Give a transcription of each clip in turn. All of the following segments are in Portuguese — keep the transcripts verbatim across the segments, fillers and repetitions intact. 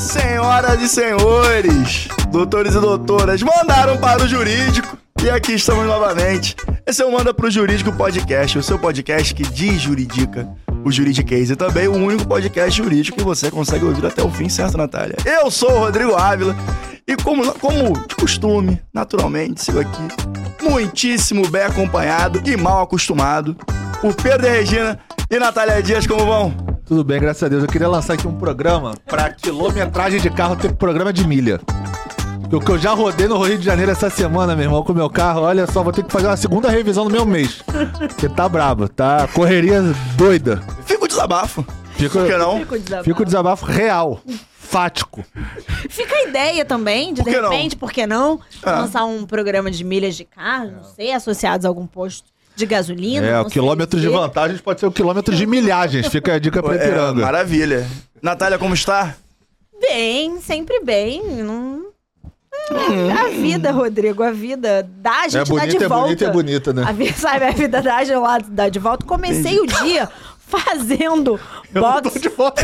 Senhoras e senhores, doutores e doutoras, mandaram para o jurídico e aqui estamos novamente. Esse é o Manda Pro Jurídico Podcast, o seu podcast que desjuridica o juridiquês e também o único podcast jurídico que você consegue ouvir até o fim, certo, Natália? Eu sou o Rodrigo Ávila e como, como de costume, naturalmente, sigo aqui muitíssimo bem acompanhado e mal acostumado por Pedro e Regina e Natália Dias. Como vão? Tudo bem, graças a Deus. Eu queria lançar aqui um programa pra quilometragem de carro ter programa de milha. O que eu já rodei no Rio de Janeiro essa semana, meu irmão, com o meu carro. Olha só, vou ter que fazer uma segunda revisão no meu mês. Porque tá brabo, tá correria doida. Fica o desabafo. Fica, Por que não? Fica o desabafo. Fica o desabafo real, fático. Fica a ideia também, de Por de que não? repente, por que não? Ah. Lançar um programa de milhas de carro, não sei, associados a algum posto de gasolina. É, não o sei quilômetro de dizer. vantagens pode ser o quilômetro de milhagens. Fica a dica pra É, Ipiranga. maravilha. Natália, como está? Bem, sempre bem. Não... A vida, Rodrigo, a vida dá, a gente É dá de bonita, é volta. bonita, é bonita, né? A vida, sabe, a vida dá, a gente dá de volta. Comecei o dia fazendo Eu não tô boxe. de volta.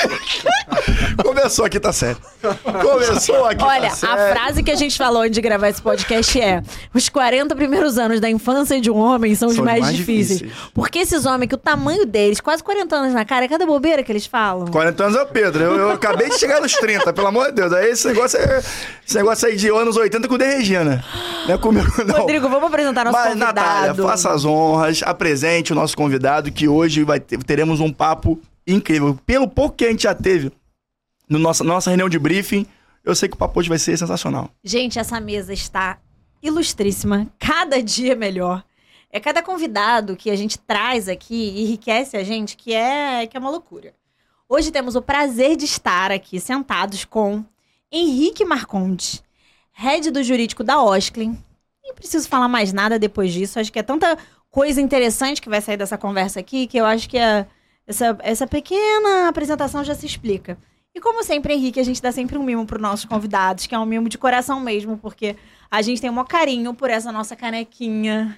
Começou aqui, tá sério. Começou aqui, Olha, tá a sério. frase que a gente falou antes de gravar esse podcast é: os quarenta primeiros anos da infância de um homem são os São os mais, mais difíceis. difíceis. Porque esses homens, que o tamanho deles, quase quarenta anos na cara, é cada bobeira que eles falam. quarenta anos é o Pedro. Eu, eu acabei de chegar nos trinta, pelo amor de Deus. Aí esse negócio, é, esse negócio aí de anos oitenta com o de Regina. Não é comigo, não. Rodrigo, vamos apresentar nosso Mas, convidado. Natália, faça as honras, apresente o nosso convidado, que hoje vai ter- teremos um papo incrível. Pelo pouco que a gente já teve no nossa, nossa reunião de briefing, eu sei que o papo hoje vai ser sensacional. Gente, essa mesa está ilustríssima, cada dia melhor. É cada convidado que a gente traz aqui e enriquece a gente, que é, que é uma loucura. Hoje temos o prazer de estar aqui sentados com Henrique Marcondes, head do jurídico da Osklen. Nem preciso falar mais nada depois disso, acho que é tanta coisa interessante que vai sair dessa conversa aqui, que eu acho que a, essa, essa pequena apresentação já se explica. E como sempre, Henrique, a gente dá sempre um mimo para os nossos convidados, que é um mimo de coração mesmo, porque a gente tem um maior carinho por essa nossa canequinha.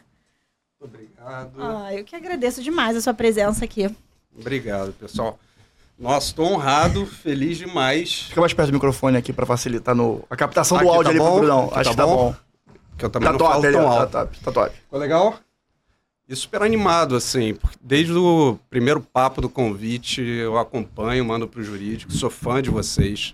Obrigado. Ah, eu que agradeço demais a sua presença aqui. Obrigado, pessoal. Nossa, estou honrado, feliz demais. Fica mais perto do microfone aqui pra facilitar no, a captação do Aqui áudio tá ali bom? pro Brunão. Aqui Acho tá que tá bom? bom. Que eu também Tá não top falo ali, tão ó, alto. tá top, tá top. Ficou legal? E super animado, assim, porque desde o primeiro papo do convite eu acompanho, mando pro jurídico, sou fã de vocês.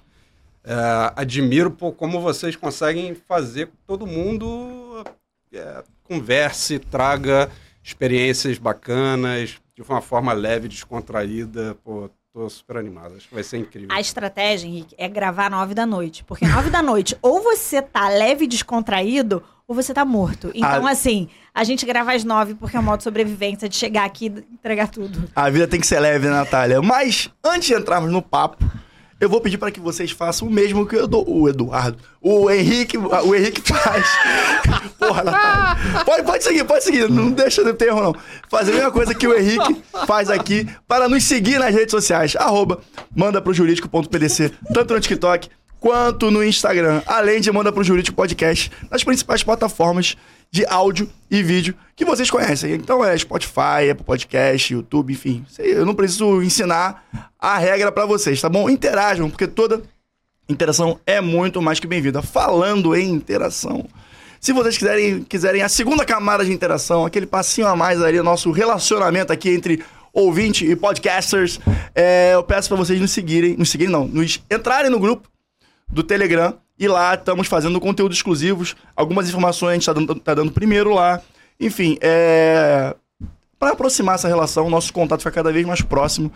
É, admiro por como vocês conseguem fazer com que todo mundo é, converse, traga experiências bacanas, de uma forma leve, descontraída. Pô, tô super animado, acho que vai ser incrível. A estratégia, Henrique, é gravar nove da noite. Porque nove da noite, ou você tá leve e descontraído, ou você tá morto. Então, Ah. assim, a gente grava às nove porque é o modo de sobrevivência, de chegar aqui e entregar tudo. A vida tem que ser leve, né, Natália? Mas, antes de entrarmos no papo, eu vou pedir para que vocês façam o mesmo que o, Edu, o Eduardo, o Henrique, o Henrique faz. Porra, Natália. Pode, pode seguir, pode seguir, não deixa de ter erro, não. Fazer a mesma coisa que o Henrique faz aqui para nos seguir nas redes sociais. Arroba, manda pro jurídico ponto p d c, tanto no TikTok quanto no Instagram. Além de Manda pro Jurídico Podcast, nas principais plataformas de áudio e vídeo que vocês conhecem. Então é Spotify, Apple Podcast, YouTube, enfim. Eu não preciso ensinar a regra pra vocês, tá bom? Interajam, porque toda interação é muito mais que bem-vinda. Falando em interação, se vocês quiserem, quiserem a segunda camada de interação, aquele passinho a mais ali, nosso relacionamento aqui entre ouvinte e podcasters, é, eu peço pra vocês nos seguirem, nos seguirem não, nos entrarem no grupo do Telegram, e lá estamos fazendo conteúdo exclusivos, algumas informações a gente tá dando, tá dando primeiro lá, enfim, é... para aproximar essa relação, nosso contato fica cada vez mais próximo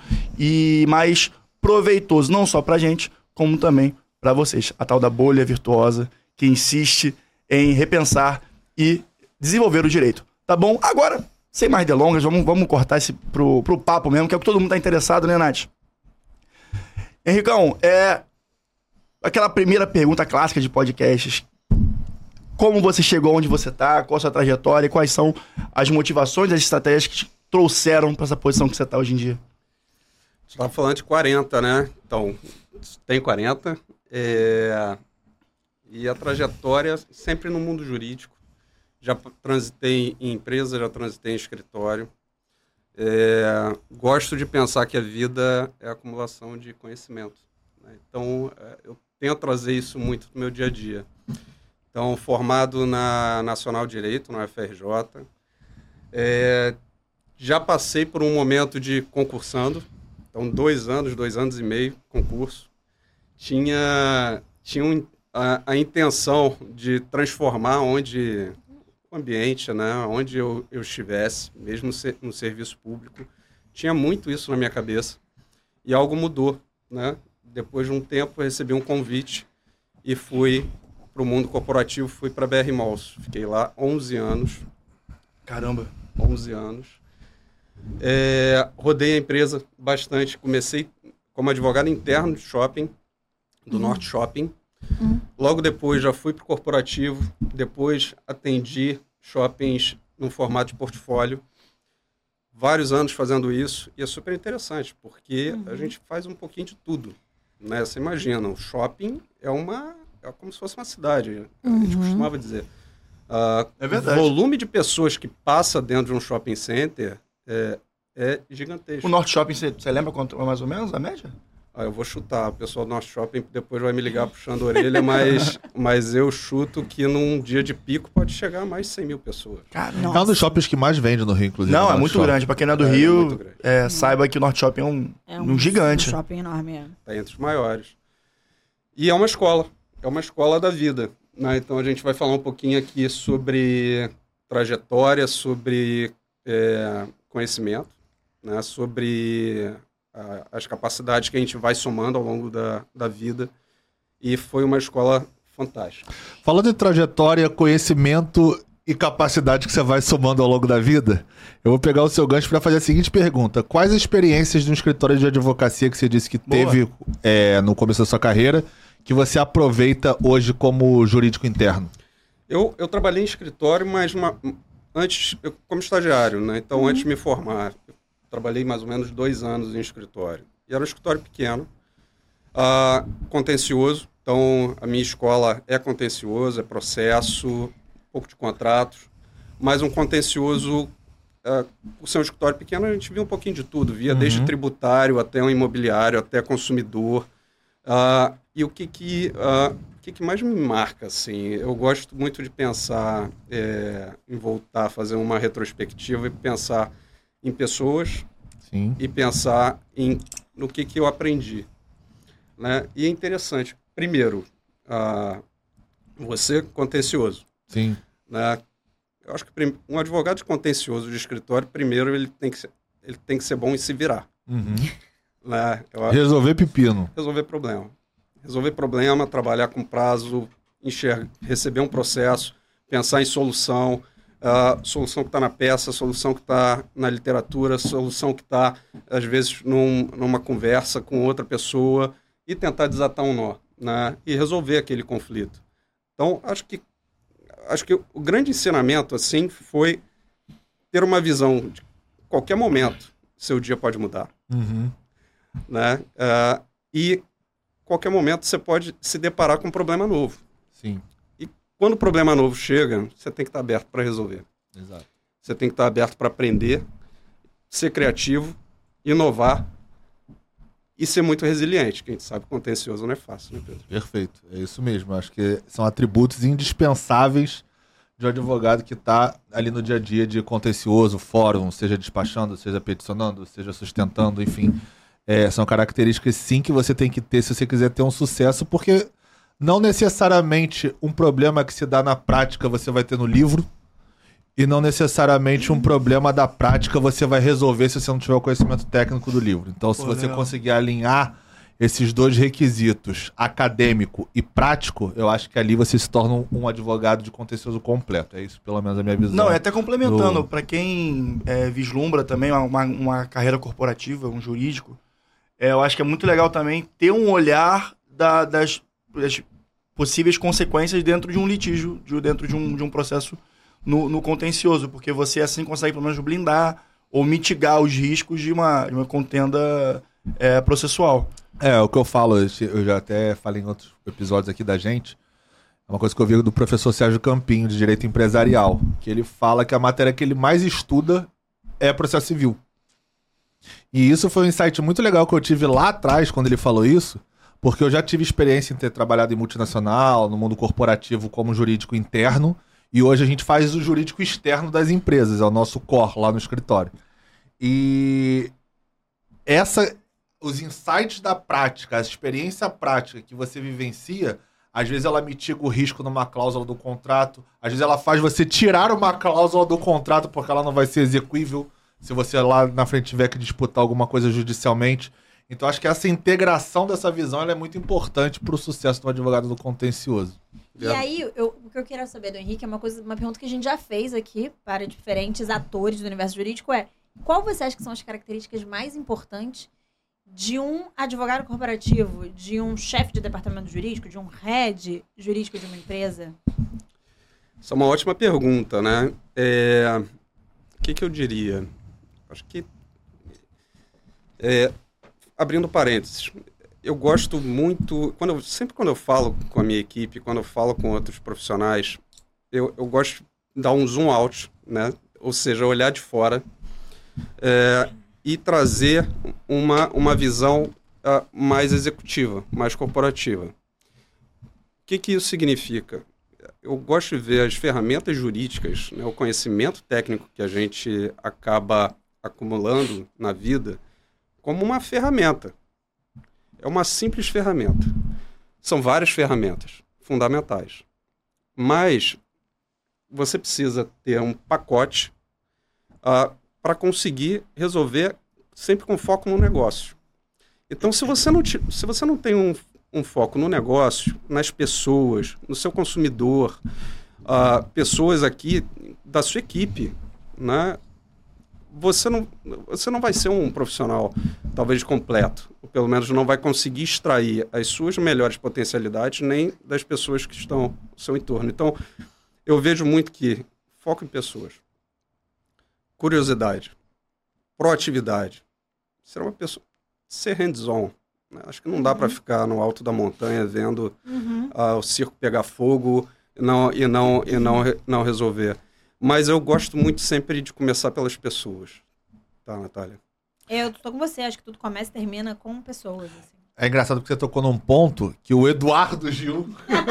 e mais proveitoso, não só pra gente, como também pra vocês. A tal da bolha virtuosa que insiste em repensar e desenvolver o direito, tá bom? Agora, sem mais delongas, vamos, vamos cortar esse pro, pro papo mesmo, que é o que todo mundo tá interessado, né, Nath? Henricão, é... aquela primeira pergunta clássica de podcasts. Como você chegou onde você está? Qual a sua trajetória? E quais são as motivações, as estratégias que te trouxeram para essa posição que você está hoje em dia? Você estava falando de quarenta, né? Então, tem quarenta. É... E a trajetória sempre no mundo jurídico. Já transitei em empresa, já transitei em escritório. É... Gosto de pensar que a vida é a acumulação de conhecimento. né? Então, eu tento trazer isso muito no meu dia a dia. Então, formado na Nacional de Direito, na U F R J, é, já passei por um momento de concursando, então dois anos, dois anos e meio, concurso. Tinha, tinha um, a, a intenção de transformar onde o ambiente, né, onde eu, eu estivesse, mesmo se, no serviço público. Tinha muito isso na minha cabeça e algo mudou, né? Depois de um tempo, eu recebi um convite e fui para o mundo corporativo, fui para a B R Malls. Fiquei lá onze anos. Caramba. onze anos. É, rodei a empresa bastante. Comecei como advogado interno de shopping, do uhum. Norte Shopping. Uhum. Logo depois já fui para o corporativo. Depois atendi shoppings no formato de portfólio. Vários anos fazendo isso. E é super interessante, porque uhum. a gente faz um pouquinho de tudo, né? Você imagina, o shopping é uma... é como se fosse uma cidade, uhum. a gente costumava dizer. Uh, é verdade. O volume de pessoas que passa dentro de um shopping center é, é gigantesco. O Norte Shopping, você lembra quanto mais ou menos a média? Ah, eu vou chutar, o pessoal do Norte Shopping depois vai me ligar puxando a orelha, mas, mas eu chuto que num dia de pico pode chegar a mais de cem mil pessoas. Caramba. É um dos shoppings que mais vende no Rio, inclusive. Não, é muito shopping. grande. Pra quem não é do é, Rio, é é, saiba que o Norte Shopping é um, é um, um gigante. Um shopping enorme, é. Tá entre os maiores. E é uma escola. É uma escola da vida, né? Então a gente vai falar um pouquinho aqui sobre trajetória, sobre é, conhecimento, né? Sobre a, as capacidades que a gente vai somando ao longo da, da vida. E foi uma escola fantástica. Falando de trajetória, conhecimento e capacidade que você vai somando ao longo da vida, eu vou pegar o seu gancho para fazer a seguinte pergunta. Quais experiências de um escritório de advocacia que você disse que Boa. teve é, no começo da sua carreira que você aproveita hoje como jurídico interno? Eu, eu trabalhei em escritório, mas uma, antes, eu, como estagiário, né? Então, uhum. antes de me formar, eu trabalhei mais ou menos dois anos em escritório. E era um escritório pequeno, uh, contencioso. Então, a minha escola é contencioso, é processo, um pouco de contratos, mas um contencioso, uh, por ser um escritório pequeno, a gente via um pouquinho de tudo. Via uhum. desde tributário até um imobiliário, até consumidor. Uh, e o que que, uh, o que que mais me marca, assim, eu gosto muito de pensar é, em voltar a fazer uma retrospectiva e pensar em pessoas Sim. e pensar em, no que que eu aprendi, né? E é interessante, primeiro, uh, você contencioso. Sim. Né? Eu acho que um advogado contencioso de escritório, primeiro, ele tem que ser, ele tem que ser bom em se virar. Uhum. Né? Eu, resolver pepino. Resolver problema. Resolver problema, trabalhar com prazo, enxergar, receber um processo, pensar em solução, uh, solução que está na peça, solução que está na literatura, solução que está, às vezes, num, numa conversa com outra pessoa e tentar desatar um nó, né? E resolver aquele conflito. Então, acho que, acho que o grande ensinamento, assim, foi ter uma visão de qualquer momento, seu dia pode mudar. Uhum. Né? Uh, e qualquer momento você pode se deparar com um problema novo. Sim. E quando o problema novo chega, você tem que estar aberto para resolver. Exato. Você tem que estar aberto para aprender, ser criativo, inovar e ser muito resiliente, que a gente sabe que contencioso não é fácil, né, Pedro? Perfeito, é isso mesmo. Acho que são atributos indispensáveis de um advogado que está ali no dia a dia de contencioso, fórum, seja despachando, seja peticionando, seja sustentando, enfim... É, são características, sim, que você tem que ter se você quiser ter um sucesso, porque não necessariamente um problema que se dá na prática você vai ter no livro e não necessariamente um problema da prática você vai resolver se você não tiver o conhecimento técnico do livro. Então, se Pô, você legal. conseguir alinhar esses dois requisitos, acadêmico e prático, eu acho que ali você se torna um, um advogado de contencioso completo. É isso, pelo menos, a minha visão. Não, é até complementando, do... para quem é, vislumbra também uma, uma carreira corporativa, um jurídico, É, eu acho que é muito legal também ter um olhar da, das, das possíveis consequências dentro de um litígio, de, dentro de um, de um processo no, no contencioso, porque você assim consegue pelo menos blindar ou mitigar os riscos de uma, de uma contenda é, processual. É, o que eu falo, eu já até falei em outros episódios aqui da gente, é uma coisa que eu vi do professor Sérgio Campinho, de Direito Empresarial, que ele fala que a matéria que ele mais estuda é processo civil. E isso foi um insight muito legal que eu tive lá atrás, quando ele falou isso, porque eu já tive experiência em ter trabalhado em multinacional, no mundo corporativo como jurídico interno, e hoje a gente faz o jurídico externo das empresas, é o nosso core lá no escritório. E essa, os insights da prática, a experiência prática que você vivencia, às vezes ela mitiga o risco numa cláusula do contrato, às vezes ela faz você tirar uma cláusula do contrato porque ela não vai ser exequível se você lá na frente tiver que disputar alguma coisa judicialmente. Então acho que essa integração dessa visão ela é muito importante para o sucesso do advogado do contencioso. E aí, eu, o que eu quero saber do Henrique é uma coisa, uma pergunta que a gente já fez aqui para diferentes atores do universo jurídico, é qual você acha que são as características mais importantes de um advogado corporativo, de um chefe de departamento jurídico, de um head jurídico de uma empresa? Isso é uma ótima pergunta, né? É... O que, que eu diria? Acho que... É... Abrindo parênteses, eu gosto muito... Quando eu, sempre quando eu falo com a minha equipe, quando eu falo com outros profissionais, eu, eu gosto de dar um zoom out, né? Ou seja, olhar de fora é, e trazer uma, uma visão uh, mais executiva, mais corporativa. O que, que isso significa? Eu gosto de ver as ferramentas jurídicas, né, o conhecimento técnico que a gente acaba acumulando na vida como uma ferramenta. É uma simples ferramenta. São várias ferramentas fundamentais. Mas você precisa ter um pacote uh, para conseguir resolver sempre com foco no negócio. Então, se você não, te, se você não tem um, um foco no negócio, nas pessoas, no seu consumidor, uh, pessoas aqui da sua equipe, né? Você não, você não vai ser um profissional, talvez, completo. Ou pelo menos não vai conseguir extrair as suas melhores potencialidades nem das pessoas que estão ao seu entorno. Então, eu vejo muito que foco em pessoas, curiosidade, proatividade, ser uma pessoa, ser hands-on. Né? Acho que não dá uhum. para ficar no alto da montanha vendo uhum. uh, o circo pegar fogo e não, e não, e não, não resolver. Mas eu gosto muito sempre de começar pelas pessoas. Tá, Natália? Eu tô com você. Acho que tudo começa e termina com pessoas. Assim. É engraçado que você tocou num ponto que o Eduardo Gil...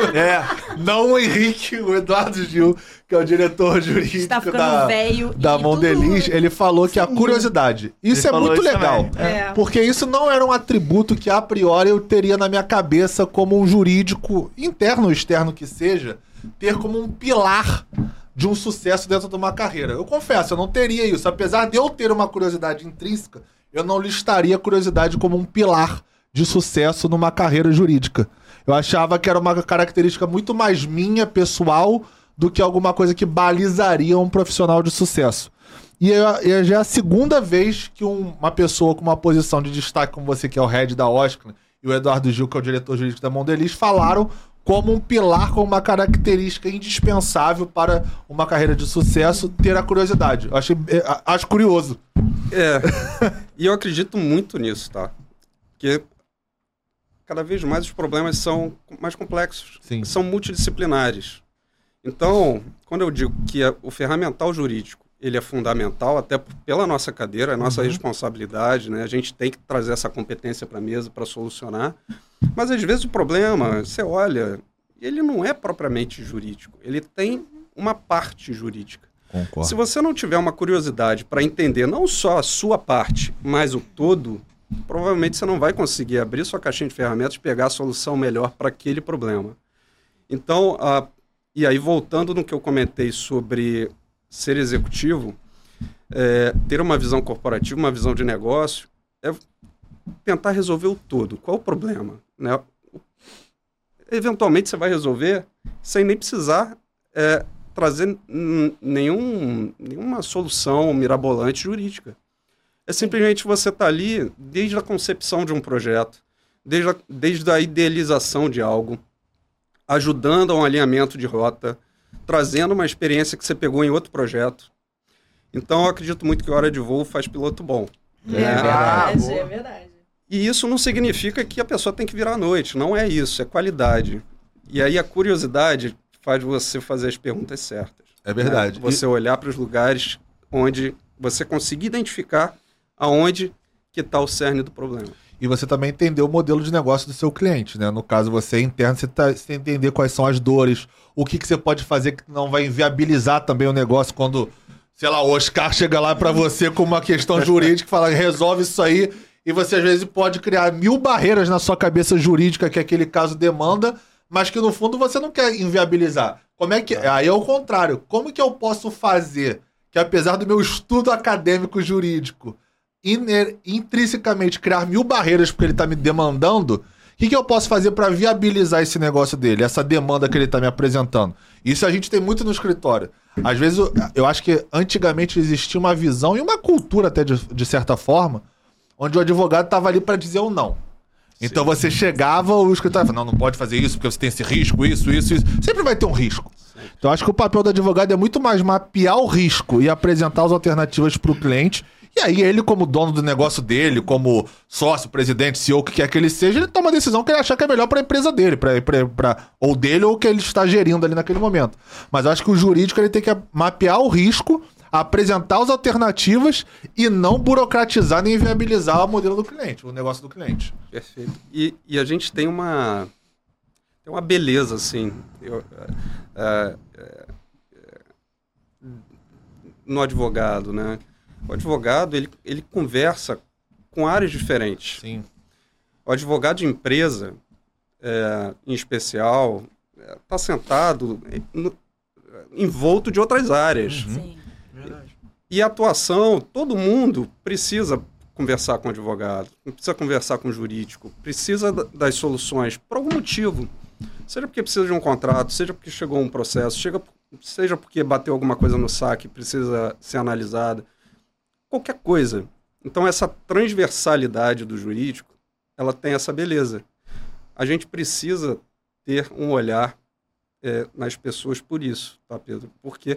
é, não o Henrique, o Eduardo Gil, que é o diretor jurídico Está ficando da, velho da Mondelez, tudo... ele falou que a curiosidade... Isso ele é muito isso legal. É. Porque isso não era um atributo que, a priori, eu teria na minha cabeça como um jurídico, interno ou externo que seja, ter como um pilar de um sucesso dentro de uma carreira. Eu confesso, eu não teria isso. Apesar de eu ter uma curiosidade intrínseca, eu não listaria a curiosidade como um pilar de sucesso numa carreira jurídica. Eu achava que era uma característica muito mais minha, pessoal, do que alguma coisa que balizaria um profissional de sucesso. E é, já é a segunda vez que um, uma pessoa com uma posição de destaque como você, que é o head da Oscar, e o Eduardo Gil, que é o diretor jurídico da Mondelez, falaram como um pilar, como uma característica indispensável para uma carreira de sucesso, ter a curiosidade. Eu achei, acho curioso. É, e eu acredito muito nisso, tá? Porque cada vez mais os problemas são mais complexos, Sim. são multidisciplinares. Então, quando eu digo que o ferramental jurídico ele é fundamental, até pela nossa cadeira, é nossa uhum. responsabilidade, né? A gente tem que trazer essa competência para a mesa para solucionar. Mas, às vezes, o problema, você olha, ele não é propriamente jurídico. Ele tem uma parte jurídica. Concordo. Se você não tiver uma curiosidade para entender não só a sua parte, mas o todo, provavelmente você não vai conseguir abrir sua caixinha de ferramentas e pegar a solução melhor para aquele problema. Então, a... e aí, voltando no que eu comentei sobre ser executivo, é, ter uma visão corporativa, uma visão de negócio, é tentar resolver o todo. Qual o problema? Né? Eventualmente você vai resolver sem nem precisar é, trazer n- nenhum, nenhuma solução mirabolante jurídica. É simplesmente você estar tá ali desde a concepção de um projeto, desde a, desde a idealização de algo, ajudando a um alinhamento de rota, trazendo uma experiência que você pegou em outro projeto. Então, eu acredito muito que Hora de Voo faz piloto bom. É, é verdade, é verdade. E isso não significa que a pessoa tem que virar à noite. Não é isso, é qualidade. E aí a curiosidade faz você fazer as perguntas certas. É verdade. Né? Você e... olhar para os lugares onde você conseguir identificar aonde que está o cerne do problema. E você também entender o modelo de negócio do seu cliente, né? No caso, você é interno, você, tá, você entender quais são as dores, o que, que você pode fazer que não vai inviabilizar também o negócio quando, sei lá, o Oscar chega lá pra você com uma questão jurídica e fala, resolve isso aí, e você às vezes pode criar mil barreiras na sua cabeça jurídica que aquele caso demanda, mas que no fundo você não quer inviabilizar. Como é que... Aí é o contrário. Como que eu posso fazer que, apesar do meu estudo acadêmico jurídico, iner- intrinsecamente criar mil barreiras porque ele está me demandando, o que, que eu posso fazer para viabilizar esse negócio dele, essa demanda que ele está me apresentando? Isso a gente tem muito no escritório. Às vezes, eu, eu acho que antigamente existia uma visão e uma cultura até de, de certa forma, onde o advogado estava ali para dizer o não. Então Sim. você chegava, o escritório falava, não, não pode fazer isso porque você tem esse risco, isso, isso, isso. Sempre vai ter um risco. Sempre. Então acho que o papel do advogado é muito mais mapear o risco e apresentar as alternativas para o cliente. E aí ele, como dono do negócio dele, como sócio, presidente, C E O, o que quer que ele seja, ele toma a decisão que ele achar que é melhor para a empresa dele, pra, pra, pra, ou dele ou que ele está gerindo ali naquele momento. Mas eu acho que o jurídico ele tem que mapear o risco, apresentar as alternativas e não burocratizar nem viabilizar o modelo do cliente, o negócio do cliente. Perfeito. E, e a gente tem uma, tem uma beleza, assim, eu, é, é, é, no advogado, né? O advogado, ele, ele conversa com áreas diferentes. Sim. O advogado de empresa, é, em especial, está sentado no, envolto de outras áreas. Uhum. Sim. E a atuação, todo mundo precisa conversar com o advogado, precisa conversar com o jurídico, precisa das soluções por algum motivo. Seja porque precisa de um contrato, seja porque chegou um processo, chega, seja porque bateu alguma coisa no saque, precisa ser analisada. Qualquer coisa. Então, essa transversalidade do jurídico, ela tem essa beleza. A gente precisa ter um olhar é, nas pessoas por isso, tá, Pedro? Porque...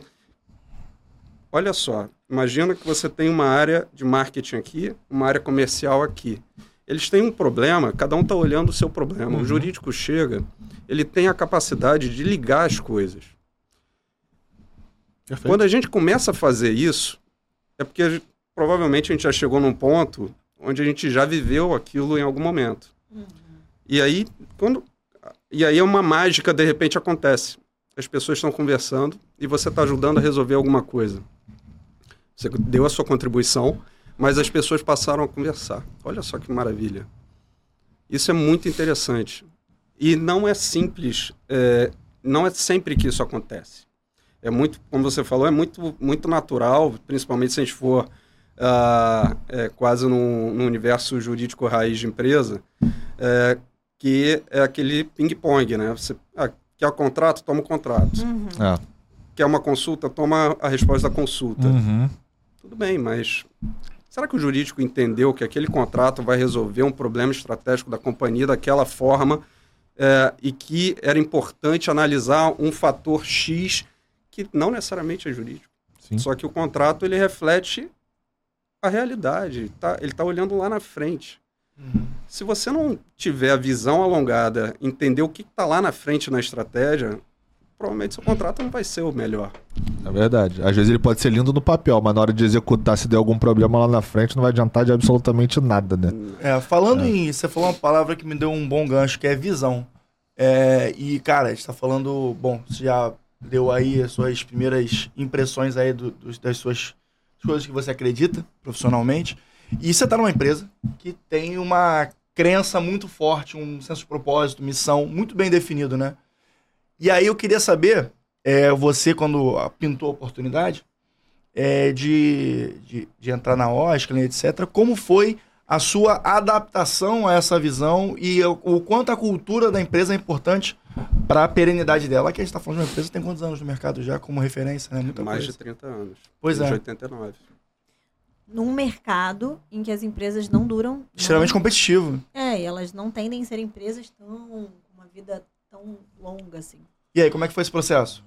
Olha só, imagina que você tem uma área de marketing aqui, uma área comercial aqui. Eles têm um problema, cada um está olhando o seu problema. Uhum. O jurídico chega, ele tem a capacidade de ligar as coisas. Perfeito. Quando a gente começa a fazer isso, é porque a gente, provavelmente a gente já chegou num ponto onde a gente já viveu aquilo em algum momento. Uhum. E aí, quando, e aí uma mágica, de repente, acontece. As pessoas estão conversando e você está ajudando a resolver alguma coisa. Você deu a sua contribuição, mas as pessoas passaram a conversar. Olha só que maravilha. Isso é muito interessante. E não é simples, é, não é sempre que isso acontece. É muito, como você falou, é muito, muito natural, principalmente se a gente for uh, é, quase no, no universo jurídico raiz de empresa, é, que é aquele ping-pong, né? Você... Ah, quer o contrato? Toma o contrato. Uhum. É. Quer uma consulta? Toma a resposta da consulta. Uhum. Tudo bem, mas será que o jurídico entendeu que aquele contrato vai resolver um problema estratégico da companhia daquela forma é, e que era importante analisar um fator X que não necessariamente é jurídico? Sim. Só que o contrato ele reflete a realidade. Tá? Ele está olhando lá na frente. Uhum. Se você não tiver a visão alongada, entender o que está lá na frente na estratégia, provavelmente seu contrato não vai ser o melhor. É verdade. Às vezes ele pode ser lindo no papel, mas na hora de executar, se der algum problema lá na frente, não vai adiantar de absolutamente nada, né? É, falando é. em... Você falou uma palavra que me deu um bom gancho, que é visão. É, e, cara, a gente tá falando... Bom, você já deu aí as suas primeiras impressões aí do, do, das suas coisas que você acredita profissionalmente. E você tá numa empresa que tem uma crença muito forte, um senso de propósito, missão muito bem definido, né? E aí eu queria saber, é, você quando pintou a oportunidade é, de, de, de entrar na Oscar, etcétera, como foi a sua adaptação a essa visão e o, o quanto a cultura da empresa é importante para a perenidade dela? Aqui a gente está falando de uma empresa que tem quantos anos no mercado já como referência, né? Muita Mais coisa. de trinta anos. Pois é. De oitenta e nove. Num mercado em que as empresas não duram... Extremamente não... competitivo. É, e elas não tendem a ser empresas tão... com uma vida tão longa assim. E aí, como é que foi esse processo?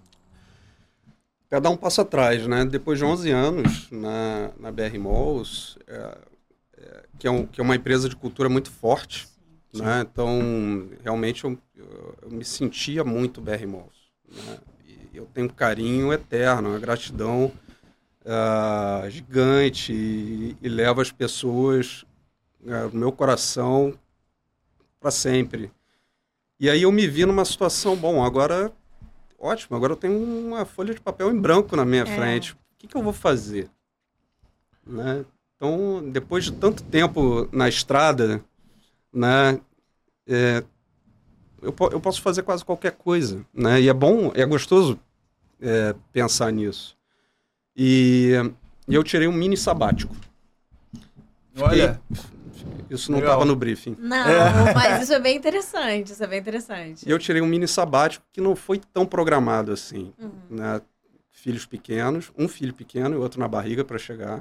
Para dar um passo atrás, né? Depois de onze anos na, na B R Malls, é, é, que, é um, que é uma empresa de cultura muito forte, sim, né? Sim. Então, realmente, eu, eu, eu me sentia muito B R Malls, né? E eu tenho um carinho eterno, uma gratidão uh, gigante e, e levo as pessoas é, no meu coração para sempre. E aí eu me vi numa situação, bom, agora, ótimo, agora eu tenho uma folha de papel em branco na minha É. frente. O que, que eu vou fazer? Né? Então, depois de tanto tempo na estrada, né, é, eu, po- eu posso fazer quase qualquer coisa, né? E é bom, é gostoso é, pensar nisso. E, e eu tirei um mini sabático. Olha, Isso não Legal. estava no briefing. Não, mas isso é bem interessante, isso é bem interessante. E eu tirei um mini sabático que não foi tão programado assim. Uhum. Né? Filhos pequenos, um filho pequeno e outro na barriga para chegar.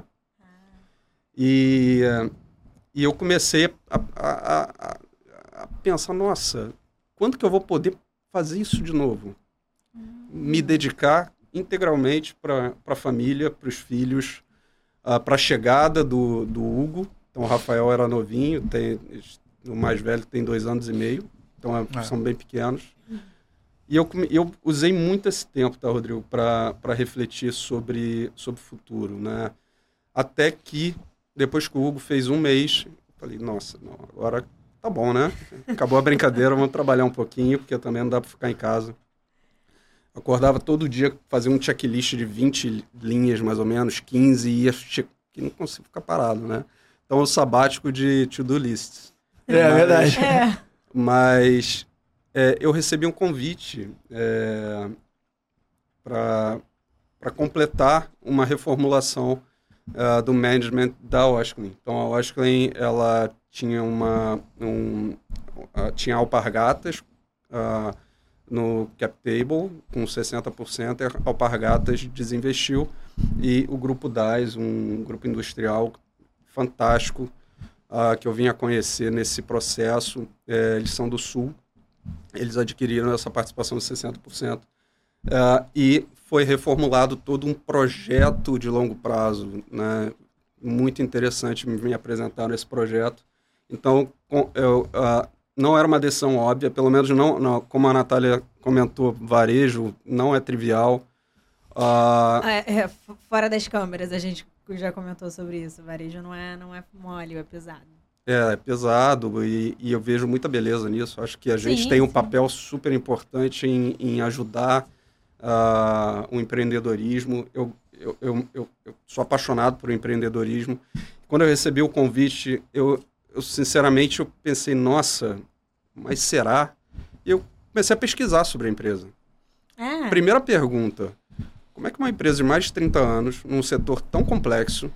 E, eh, e eu comecei a, a- a- a pensar, nossa, quando que eu vou poder fazer isso de novo? Me dedicar integralmente para a família, para os filhos, para a chegada do, do Hugo. Então, o Rafael era novinho, tem, o mais velho tem dois anos e meio, então é- É. são bem pequenos. E eu, come- eu usei muito esse tempo, tá, Rodrigo, para refletir sobre, sobre o futuro, né? Até que, depois que o Hugo fez um mês, eu falei, nossa, não, agora tá bom, né? Acabou a brincadeira, vamos trabalhar um pouquinho, porque também não dá para ficar em casa. Eu acordava todo dia, fazia um checklist de vinte linhas, mais ou menos, quinze, e ia che- que não consigo ficar parado, né? Então, o sabático de to-do lists. É, é verdade. É. Mas é, eu recebi um convite para completar uma reformulação ah, do management da Osklen. Então, a Osklen, ela tinha uma um, ah, tinha Alpargatas ah, no cap table com sessenta por cento, e a Alpargatas desinvestiu, e o grupo D A S, um grupo industrial fantástico, ah, que eu vim a conhecer nesse processo, eh, eles são do Sul, eles adquiriram essa participação de sessenta por cento, ah, e foi reformulado todo um projeto de longo prazo, né? Muito interessante, me, me apresentaram esse projeto. Então, com, eu, ah, não era uma decisão óbvia, pelo menos não, não, como a Natália comentou, varejo não é trivial. Ah, É, é, f- fora das câmeras, a gente já comentou sobre isso. O varejo não é, não é mole, é pesado. É, é pesado e, e eu vejo muita beleza nisso. Acho que a gente Sim, tem um sim. papel super importante em, em ajudar ah, o empreendedorismo. Eu, eu, eu, eu, eu sou apaixonado por empreendedorismo. Quando eu recebi o convite, eu, eu sinceramente eu pensei, nossa, mas será? E eu comecei a pesquisar sobre a empresa. É. Primeira pergunta, como é que uma empresa de mais de trinta anos, num setor tão complexo,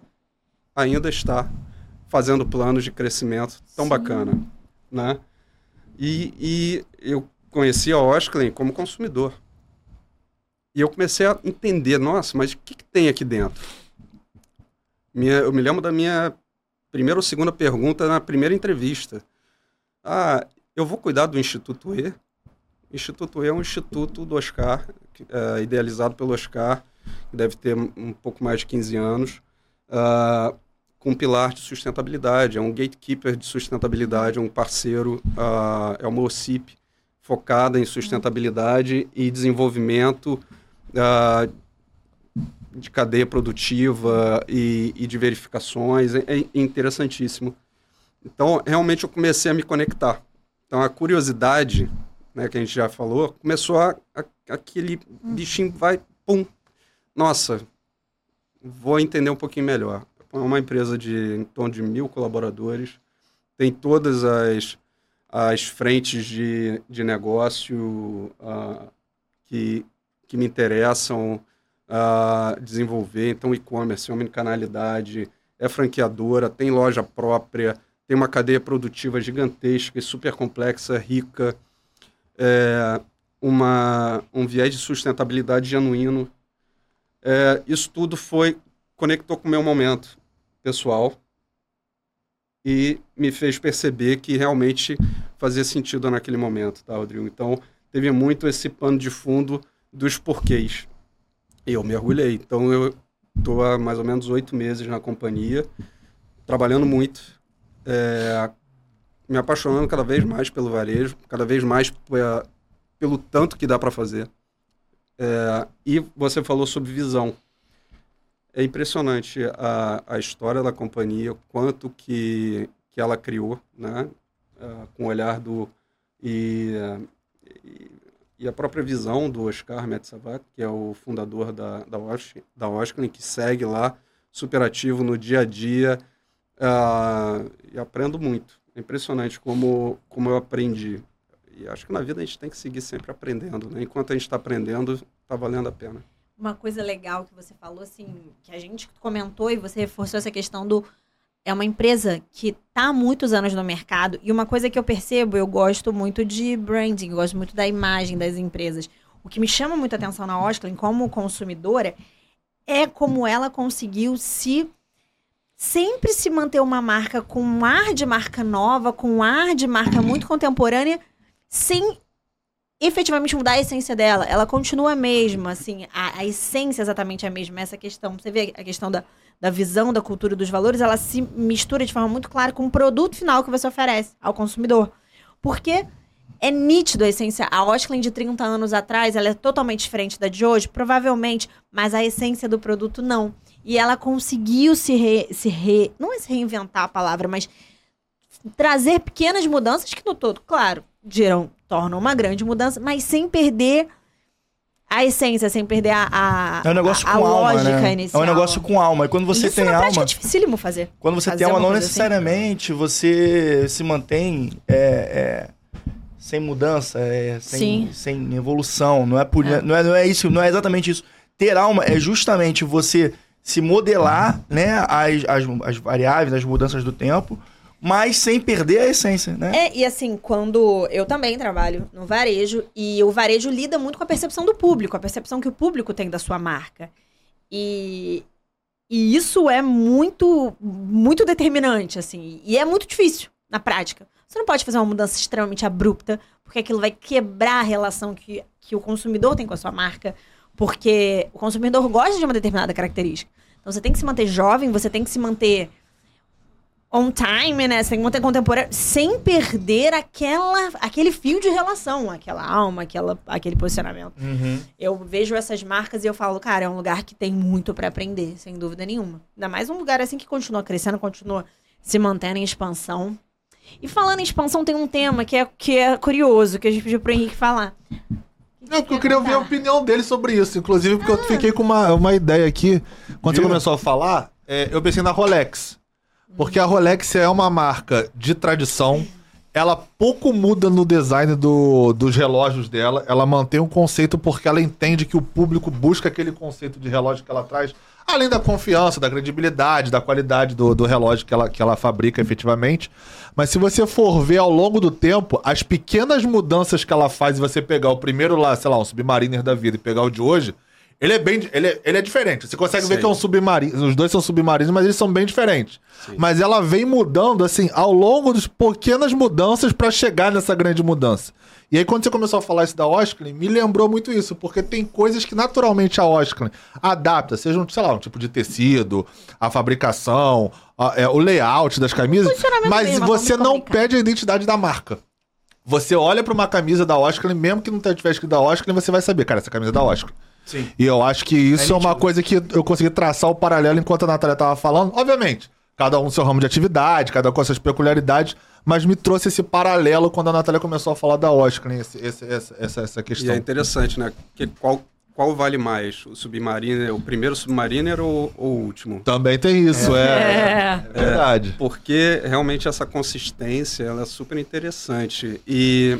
ainda está fazendo planos de crescimento tão Sim. bacana, né? E, e eu conheci a Osklen como consumidor. E eu comecei a entender, nossa, mas o que, que tem aqui dentro? Minha, eu me lembro da minha primeira ou segunda pergunta na primeira entrevista. Ah, eu vou cuidar do Instituto E? O Instituto E é um instituto do Oscar, que, é, idealizado pelo Oscar, que deve ter um pouco mais de quinze anos, ah, com um pilar de sustentabilidade. É um gatekeeper de sustentabilidade, é um parceiro, ah, é uma O C I P focada em sustentabilidade e desenvolvimento ah, de cadeia produtiva e, e de verificações. É, é interessantíssimo. Então, realmente, eu comecei a me conectar. Então, a curiosidade, né, que a gente já falou, começou a, a aquele bichinho vai, pum, nossa, vou entender um pouquinho melhor. É uma empresa de em torno de mil colaboradores, tem todas as, as frentes de, de negócio uh, que, que me interessam uh, desenvolver. Então, e-commerce, omnicanalidade, é franqueadora, tem loja própria, tem uma cadeia produtiva gigantesca e super complexa, rica, é, uma, um viés de sustentabilidade genuíno. É, isso tudo foi, conectou com o meu momento pessoal e me fez perceber que realmente fazia sentido naquele momento, tá, Rodrigo? Então, teve muito esse pano de fundo dos porquês. E eu mergulhei. Então, eu estou há mais ou menos oito meses na companhia, trabalhando muito, é, me apaixonando cada vez mais pelo varejo, cada vez mais é, pelo tanto que dá para fazer. É, e você falou sobre visão. É impressionante a, a história da companhia, o quanto que, que ela criou, né? Uh, com o olhar do... E, uh, e, e a própria visão do Oscar Metsavat, que é o fundador da, da, Osh, da Oshklin, que segue lá, super ativo no dia a dia, uh, e aprendo muito. É impressionante como, como eu aprendi. E acho que na vida a gente tem que seguir sempre aprendendo, né? Enquanto a gente está aprendendo, está valendo a pena. Uma coisa legal que você falou, assim, que a gente comentou e você reforçou essa questão do... É uma empresa que está há muitos anos no mercado. E uma coisa que eu percebo, eu gosto muito de branding, eu gosto muito da imagem das empresas. O que me chama muito a atenção na Oshklin, como consumidora, é como ela conseguiu se... Sempre se manter uma marca com um ar de marca nova, com um ar de marca muito contemporânea, sem efetivamente mudar a essência dela. Ela continua a mesma, assim, a, a essência exatamente é a mesma. Essa questão, você vê a questão da, da visão, da cultura, dos valores, ela se mistura de forma muito clara com o produto final que você oferece ao consumidor. Porque é nítido a essência. A Oshklin de trinta anos atrás, ela é totalmente diferente da de hoje, provavelmente, mas a essência do produto não. E ela conseguiu se, re, se re, não é se reinventar a palavra, mas trazer pequenas mudanças que no todo, claro, geram, tornam uma grande mudança, mas sem perder a essência, sem perder a, a, é um negócio a, com a alma, lógica né? inicial. É um negócio com alma. E quando você Isso tem na alma... prática é dificílimo fazer. Quando você fazer tem alma, não coisa necessariamente assim. Você se mantém é, é, sem mudança, é, sem, sem evolução. Não é, por, é. Não, é, não é isso, não é exatamente isso. Ter alma é justamente você se modelar, né, as, as, as variáveis, as mudanças do tempo, mas sem perder a essência, né? É, e assim, quando eu também trabalho no varejo, e o varejo lida muito com a percepção do público, a percepção que o público tem da sua marca. E, e isso é muito, muito determinante, assim, e é muito difícil na prática. Você não pode fazer uma mudança extremamente abrupta, porque aquilo vai quebrar a relação que, que o consumidor tem com a sua marca, porque o consumidor gosta de uma determinada característica. Então você tem que se manter jovem, você tem que se manter on time, né? Você tem que manter contemporâneo, sem perder aquela, aquele fio de relação, aquela alma, aquela, aquele posicionamento. Uhum. Eu vejo essas marcas e eu falo, cara, é um lugar que tem muito pra aprender, sem dúvida nenhuma. Ainda mais um lugar assim que continua crescendo, continua se mantendo em expansão. E falando em expansão, tem um tema que é, que é curioso, que a gente pediu pro Henrique falar. Não, porque eu queria ouvir a opinião dele sobre isso. Inclusive, porque ah. eu fiquei com uma, uma ideia aqui. Quando Viu? Você começou a falar, é, eu pensei na Rolex. Porque a Rolex é uma marca de tradição. Ela pouco muda no design do, dos relógios dela. Ela mantém um conceito porque ela entende que o público busca aquele conceito de relógio que ela traz. Além da confiança, da credibilidade, da qualidade do, do relógio que ela, que ela fabrica efetivamente. Mas se você for ver ao longo do tempo, as pequenas mudanças que ela faz e você pegar o primeiro lá, sei lá, um Submariner da vida e pegar o de hoje, ele é bem ele é, ele é diferente. Você consegue Sim. ver que é um Submariner, os dois são Submariners, mas eles são bem diferentes. Sim. Mas ela vem mudando, assim, ao longo das pequenas mudanças para chegar nessa grande mudança. E aí, quando você começou a falar isso da Oshklin, me lembrou muito isso, porque tem coisas que naturalmente a Oshklin adapta, seja, um, sei lá, um tipo de tecido, a fabricação, a, é, o layout das camisas, mas mesmo, você não perde a identidade da marca. Você olha para uma camisa da Oshklin, mesmo que não tiver escrito da Oshklin, você vai saber, cara, essa camisa é da Oshklin. Sim. E eu acho que isso é, é uma coisa que eu consegui traçar o paralelo enquanto a Natália estava falando. Obviamente, cada um seu ramo de atividade, cada um com as suas peculiaridades, mas me trouxe esse paralelo quando a Natália começou a falar da Oshklin, esse, esse, essa, essa, essa questão. E é interessante, né? Que qual, qual vale mais? O Submariner, o primeiro Submariner ou, ou o último? Também tem isso, é, é. é verdade. É, porque realmente essa consistência, ela é super interessante. E,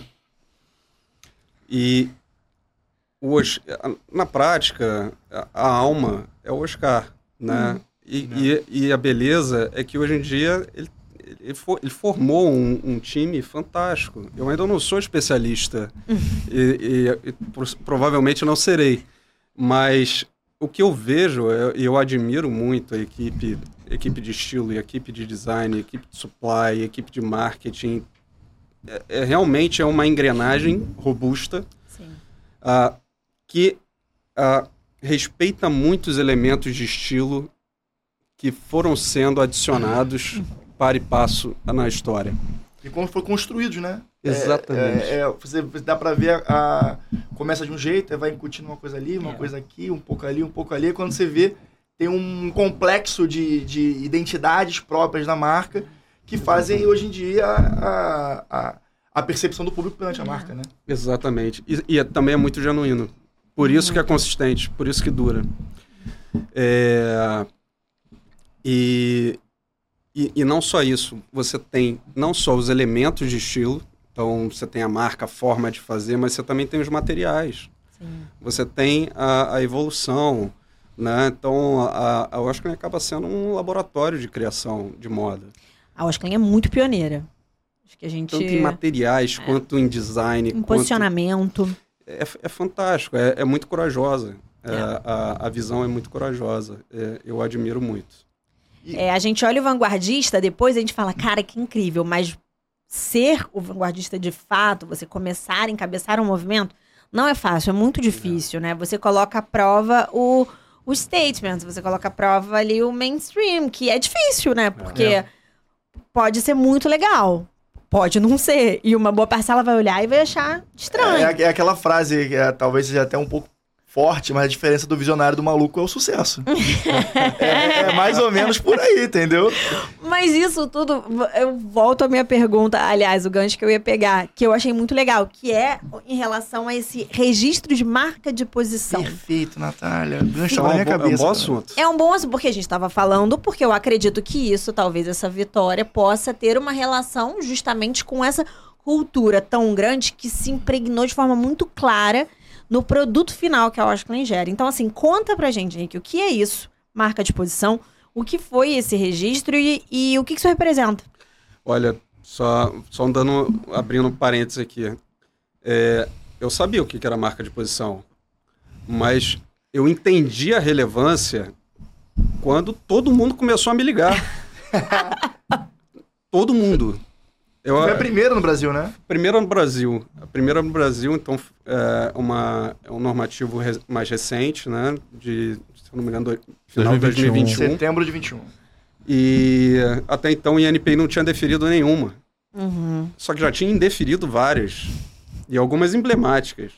e hoje, na prática, a, a alma é o Oscar, né? Hum. E, e, e a beleza é que hoje em dia ele, ele, for, ele formou um, um time fantástico. Eu ainda não sou especialista e, e, e provavelmente não serei. Mas o que eu vejo, eu, eu admiro muito a equipe, equipe de estilo, e equipe de design, equipe de supply, equipe de marketing. É, é, realmente é uma engrenagem robusta. Sim. Uh, que uh, respeita muitos elementos de estilo que foram sendo adicionados para e passo na história. E como foram construídos, né? Exatamente. É, é, é, você dá para ver, a, a, começa de um jeito, vai incutindo uma coisa ali, uma é. coisa aqui, um pouco ali, um pouco ali. Quando você vê, tem um complexo de, de identidades próprias da marca que fazem hoje em dia a, a, a percepção do público perante a marca, né? Exatamente. E, e é- também é muito genuíno. Por isso que é consistente, por isso que dura. É, e, e, e não só isso, você tem não só os elementos de estilo, então você tem a marca, a forma de fazer, mas você também tem os materiais. Sim. Você tem a, a evolução, né? Então a, a Osklen acaba sendo um laboratório de criação de moda. A Osklen é muito pioneira. Acho que a gente... Tanto em materiais, quanto em design. Em quanto... posicionamento. É, é fantástico, é, é muito corajosa. É, É. A, a visão é muito corajosa. É, eu admiro muito. É, a gente olha o vanguardista, depois a gente fala, cara, que incrível, mas ser o vanguardista de fato, você começar a encabeçar um movimento, não é fácil, é muito difícil, né? Você coloca à prova o, o statement, você coloca à prova ali o mainstream, que é difícil, né? Porque É. pode ser muito legal, pode não ser, e uma boa parcela vai olhar e vai achar estranho. É, é aquela frase que é, talvez seja até um pouco forte, mas a diferença do visionário do maluco é o sucesso. é, é mais ou menos por aí, entendeu? Mas isso tudo, eu volto à minha pergunta, aliás, o gancho que eu ia pegar, que eu achei muito legal, que é em relação a esse registro de marca de posição. Perfeito, Natália. Gancho Então, na é, minha um bo- é cabeça. um bom cara. assunto. É um bom assunto, porque a gente estava falando, porque eu acredito que isso, talvez essa vitória, possa ter uma relação justamente com essa cultura tão grande que se impregnou de forma muito clara no produto final que a Osklen gera. Então, assim, conta pra gente, Henrique, o que é isso, marca de posição, o que foi esse registro e, e o que isso representa? Olha, só, só dando, abrindo um parênteses aqui. É, eu sabia o que que era marca de posição, mas eu entendi a relevância quando todo mundo começou a me ligar. Todo mundo. Eu, Foi a primeira no Brasil, né? Primeira no Brasil. A primeira no Brasil, então, é, uma, é um normativo re- mais recente, né? De, se eu não me engano, do, final de dois mil e vinte e um. Setembro de vinte e um. E até então o I N P I não tinha deferido nenhuma. Uhum. Só que já tinha indeferido várias. E algumas emblemáticas.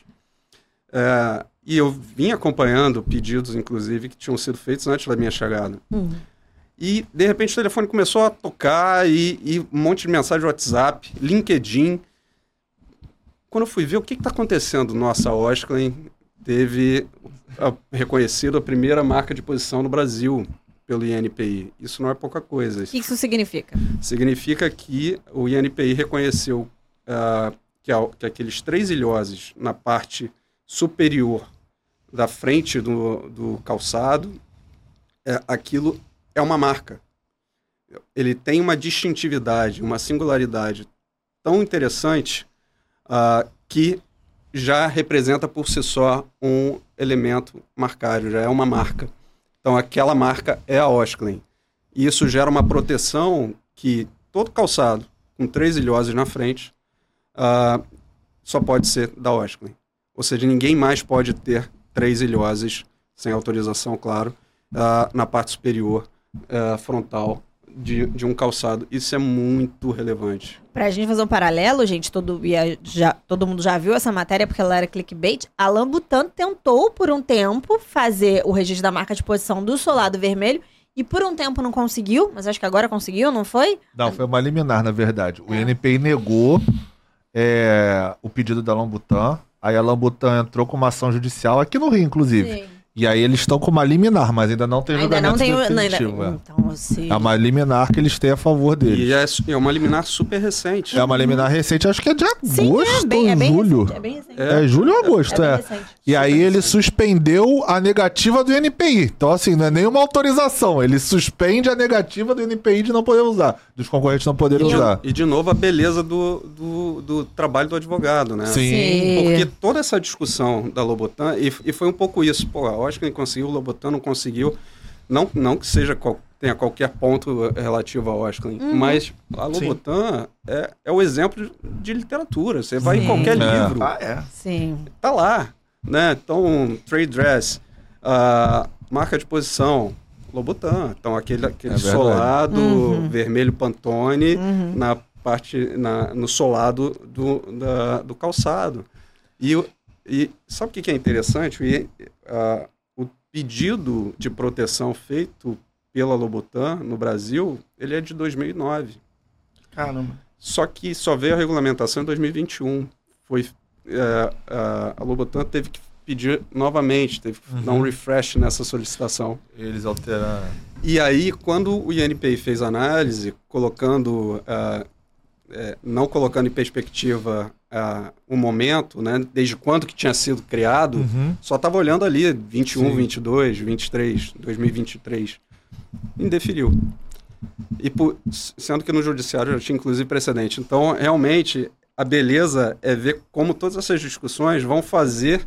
É, e eu vim acompanhando pedidos, inclusive, que tinham sido feitos antes da minha chegada. Uhum. E, de repente, o telefone começou a tocar e, e um monte de mensagem de WhatsApp, LinkedIn. Quando eu fui ver o que está acontecendo, nossa, a Osklen teve a, reconhecido a primeira marca de posição no Brasil pelo I N P I. Isso não é pouca coisa. O que isso significa? Significa que o I N P I reconheceu uh, que, a, que aqueles três ilhoses na parte superior da frente do, do calçado, é, aquilo é uma marca. Ele tem uma distintividade, uma singularidade tão interessante uh, que já representa por si só um elemento marcário, já é uma marca. Então, aquela marca é a Osklen. E isso gera uma proteção que todo calçado, com três ilhoses na frente, uh, só pode ser da Osklen. Ou seja, ninguém mais pode ter três ilhoses, sem autorização, claro, uh, na parte superior uh, frontal de, de um calçado. Isso é muito relevante. Pra gente fazer um paralelo, gente, todo, ia- já, todo mundo já viu essa matéria porque ela era clickbait. A Lambutan tentou por um tempo fazer o registro da marca de posição do solado vermelho e por um tempo não conseguiu, mas acho que agora conseguiu, não foi? Não, foi uma liminar, na verdade. O I N P I negou é, o pedido da Lambutan. Aí a Lambutan entrou com uma ação judicial aqui no Rio, inclusive. E aí eles estão com uma liminar, mas ainda não tem Ainda não julgamento tem... o- não, definitivo. ainda, é. então, assim... É uma liminar que eles têm a favor deles. E é, su- é uma liminar super recente. É uma liminar recente, acho que é de Sim, agosto é bem, é ou bem julho. recente. É bem recente. É, julho ou agosto, É é. bem recente. E aí Super ele recente. suspendeu a negativa do I N P I. Então, assim, não é nenhuma autorização. Ele suspende a negativa do I N P I de não poder usar. Dos concorrentes não poderem E usar. E, de novo, a beleza do, do, do trabalho do advogado, né? Sim. Sim. Porque toda essa discussão da Lobotan, e, e foi um pouco isso, pô, a Osklen conseguiu, o Lobotan não conseguiu, não, não que seja qual, tenha qualquer ponto relativo à Osklen, mas a Lobotan é, é o exemplo de, de literatura, você vai Sim. em qualquer É. livro, Ah, é. Sim. tá lá, né? Então, trade dress, ah, marca de posição, Lobotan, então aquele, aquele É verdade. solado Uhum. vermelho Pantone Uhum. na parte, na, no solado do, da- do calçado. E, o- e sabe o que que é interessante? E, ah, o pedido de proteção feito pela Lobotan no Brasil, ele é de dois mil e nove. Caramba. Só que só veio a regulamentação em dois mil e vinte e um. Foi, é, a, a Lobotan teve que pedir novamente, teve que uhum. dar um refresh nessa solicitação. Eles alteraram. E aí, quando o I N P I fez a análise, colocando, uh, é, não colocando em perspectiva uh, o momento, né, desde quando que tinha sido criado, uhum. só estava olhando ali vinte e um, Sim. vinte e dois, vinte e três, dois mil e vinte e três. Indeferiu. E por, sendo que no judiciário já tinha inclusive precedente. Então, realmente, a beleza é ver como todas essas discussões vão fazer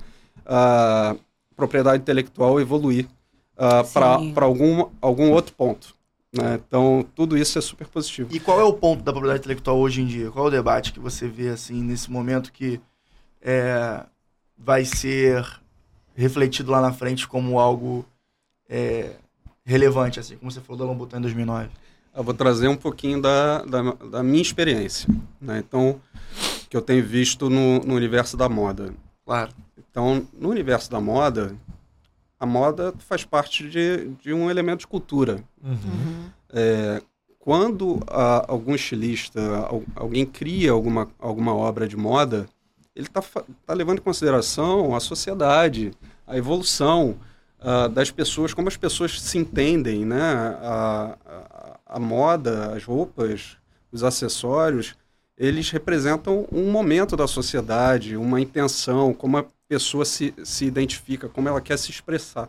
a uh, propriedade intelectual evoluir uh, para algum, algum outro ponto. Né? Então, tudo isso é super positivo. E qual é o ponto da propriedade intelectual hoje em dia? Qual é o debate que você vê assim, nesse momento que é, vai ser refletido lá na frente como algo é, relevante, assim como você falou da Lobotan em dois mil e nove? Eu vou trazer um pouquinho da, da, da minha experiência. Né? Então, que eu tenho visto no, no universo da moda. Claro. Então, no universo da moda, a moda faz parte de, de um elemento de cultura. Uhum. É, quando a, algum estilista, alguém cria alguma, alguma obra de moda, ele está tá levando em consideração a sociedade, a evolução uh, das pessoas, como as pessoas se entendem, né? A, a, a moda, as roupas, os acessórios, eles representam um momento da sociedade, uma intenção, como a pessoa se, se identifica, como ela quer se expressar.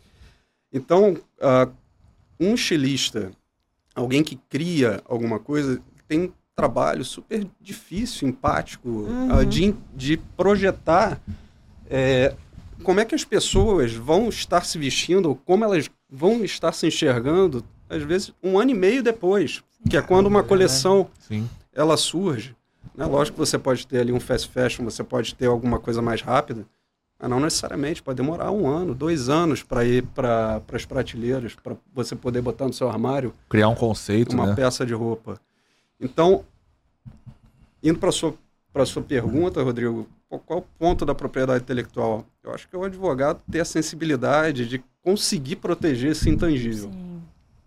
Então, uh, um estilista, alguém que cria alguma coisa, tem um trabalho super difícil, empático, uhum. uh, de, de projetar é, como é que as pessoas vão estar se vestindo, como elas vão estar se enxergando, às vezes, um ano e meio depois, que é quando uma coleção Sim. ela surge. Né? Lógico que você pode ter ali um fast fashion, você pode ter alguma coisa mais rápida, mas não necessariamente, pode demorar um ano, dois anos para ir para as prateleiras, para você poder botar no seu armário. Criar um conceito, uma né? peça de roupa. Então, indo para a sua, para sua pergunta, Rodrigo, qual é o ponto da propriedade intelectual? Eu acho que é o advogado ter a sensibilidade de conseguir proteger esse intangível. Sim.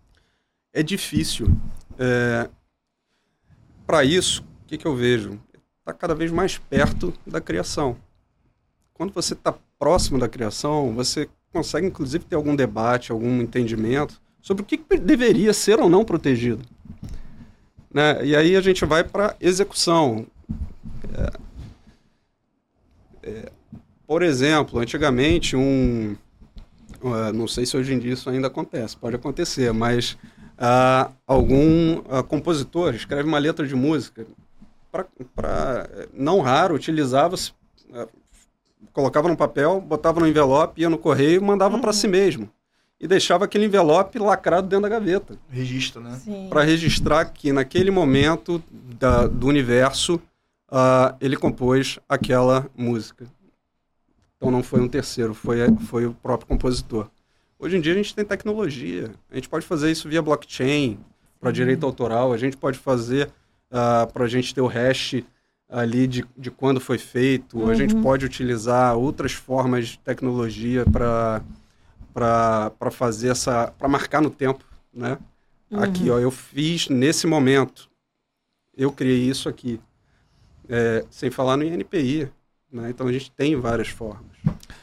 É difícil. É, para isso, o que, que eu vejo? Está cada vez mais perto da criação. Quando você está próximo da criação, você consegue, inclusive, ter algum debate, algum entendimento sobre o que, que deveria ser ou não protegido. Né? E aí a gente vai para execução. É, é, por exemplo, antigamente, um... Uh, não sei se hoje em dia isso ainda acontece, pode acontecer, mas uh, algum uh, compositor escreve uma letra de música, para não raro, utilizava-se, uh, colocava no papel, botava no envelope, ia no correio e mandava uhum. para si mesmo. E deixava aquele envelope lacrado dentro da gaveta. Registro, né? Para registrar que naquele momento da, do universo uh, ele compôs aquela música. Então não foi um terceiro, foi, foi o próprio compositor. Hoje em dia a gente tem tecnologia, a gente pode fazer isso via blockchain, para direito autoral, a gente pode fazer uh, para a gente ter o hash ali de, de quando foi feito, uhum. a gente pode utilizar outras formas de tecnologia para para fazer essa, para marcar no tempo, né? Uhum. Aqui, ó, eu fiz nesse momento, eu criei isso aqui, é, sem falar no I N P I, né? Então a gente tem várias formas.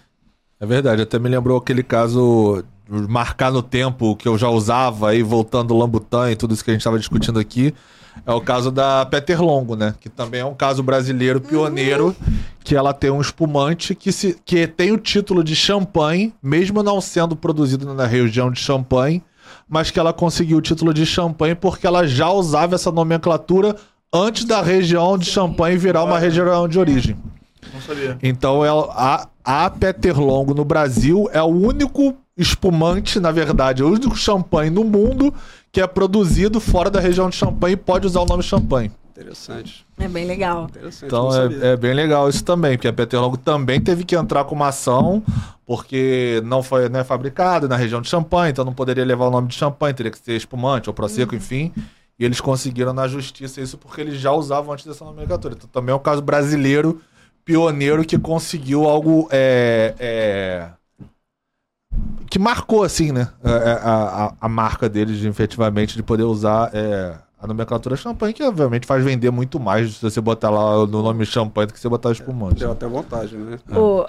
É verdade, até me lembrou aquele caso marcar no tempo que eu já usava, aí voltando o Lobotan e tudo isso que a gente estava discutindo aqui, é o caso da Peter Longo, né? Que também é um caso brasileiro pioneiro, uhum. que ela tem um espumante que, se, que tem o título de champanhe, mesmo não sendo produzido na região de Champagne, mas que ela conseguiu o título de champanhe porque ela já usava essa nomenclatura antes da região de Champagne virar uma região de origem. Não sabia. Então ela, a, a Peter Longo no Brasil é o único espumante, na verdade, é o único champanhe no mundo que é produzido fora da região de Champagne e pode usar o nome champanhe. Interessante. É bem legal. Interessante, então é, é bem legal isso também, porque a Peter Longo também teve que entrar com uma ação, porque não foi né, fabricado na região de Champagne, então não poderia levar o nome de champanhe, teria que ser espumante ou prosecco, uhum. enfim. E eles conseguiram na justiça isso porque eles já usavam antes dessa nomenclatura. Então também é um caso brasileiro pioneiro que conseguiu algo é, é, que marcou assim, né, a, a, a marca deles de, efetivamente de poder usar é, A nomenclatura champanhe, que obviamente faz vender muito mais se você botar lá no nome champanhe do que você botar espumante. Deu até vontade, né? O,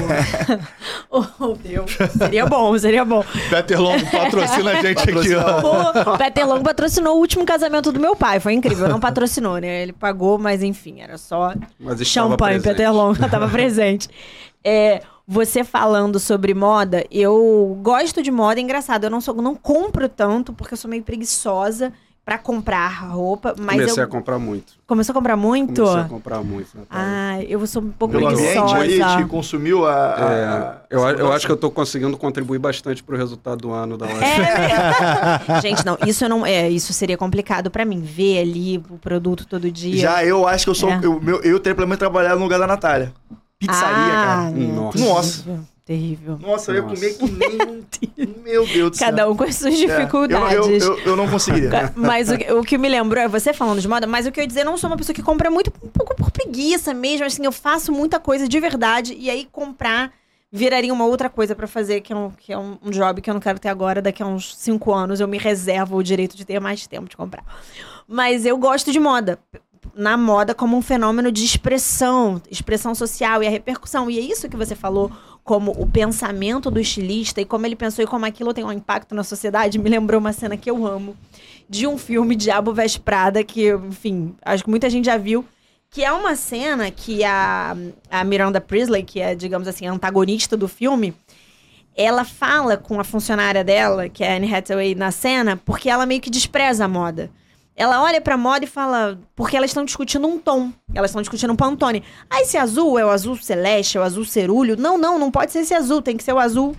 o, oh, Deus. Seria bom, seria bom. Peter Longo patrocina a gente aqui, ó. O Peter Longo patrocinou o último casamento do meu pai. Foi incrível. Não patrocinou, né? Ele pagou, mas enfim, era só Mas estava champanhe. presente. Peter Longo estava presente. É, você falando sobre moda, eu gosto de moda, é engraçado. Eu não, sou, não compro tanto, porque eu sou meio preguiçosa pra comprar roupa, mas Comecei eu... a comprar muito. Começou a comprar muito? Comecei a comprar muito. Natália. Ah, eu sou um pouco Pelo ambiente preguiçosa. ali, te consumiu a... a- É, a- eu, a a- eu acho que eu tô conseguindo contribuir bastante pro resultado do ano da loja. É. Gente, não, isso eu não, é, isso seria complicado pra mim, ver ali o produto todo dia. Já eu acho que eu sou... É. Eu, meu, eu teria pelo menos trabalhado no lugar da Natália. Pizzaria, ah, cara. meu, Nossa. terrível, terrível. Nossa, eu ia Nossa. comer que nem... um- Meu Deus do céu. Cada um com as suas É, dificuldades. eu, eu, eu, eu não conseguiria. Mas o, que- o que me lembrou é você falando de moda, mas o que eu ia dizer, eu não sou uma pessoa que compra muito, um pouco por preguiça mesmo, assim, eu faço muita coisa de verdade, e aí comprar viraria uma outra coisa pra fazer, que é, um, que é um, um job que eu não quero ter agora, daqui a uns cinco anos eu me reservo o direito de ter mais tempo de comprar. Mas eu gosto de moda. Na moda como um fenômeno de expressão, expressão social e a repercussão. E é isso que você falou, como o pensamento do estilista e como ele pensou e como aquilo tem um impacto na sociedade, me lembrou uma cena que eu amo, de um filme Diabo Veste Prada, que, enfim, acho que muita gente já viu, que é uma cena que a, a Miranda Priestley, que é, digamos assim, a antagonista do filme, ela fala com a funcionária dela, que é a Anne Hathaway, na cena, porque ela meio que despreza a moda. Ela olha pra moda e fala... Porque elas estão discutindo um tom. Elas estão discutindo um Pantone. Ah, esse azul é o azul celeste, é o azul cerúleo? Não, não, não pode ser esse azul. Tem que ser o azul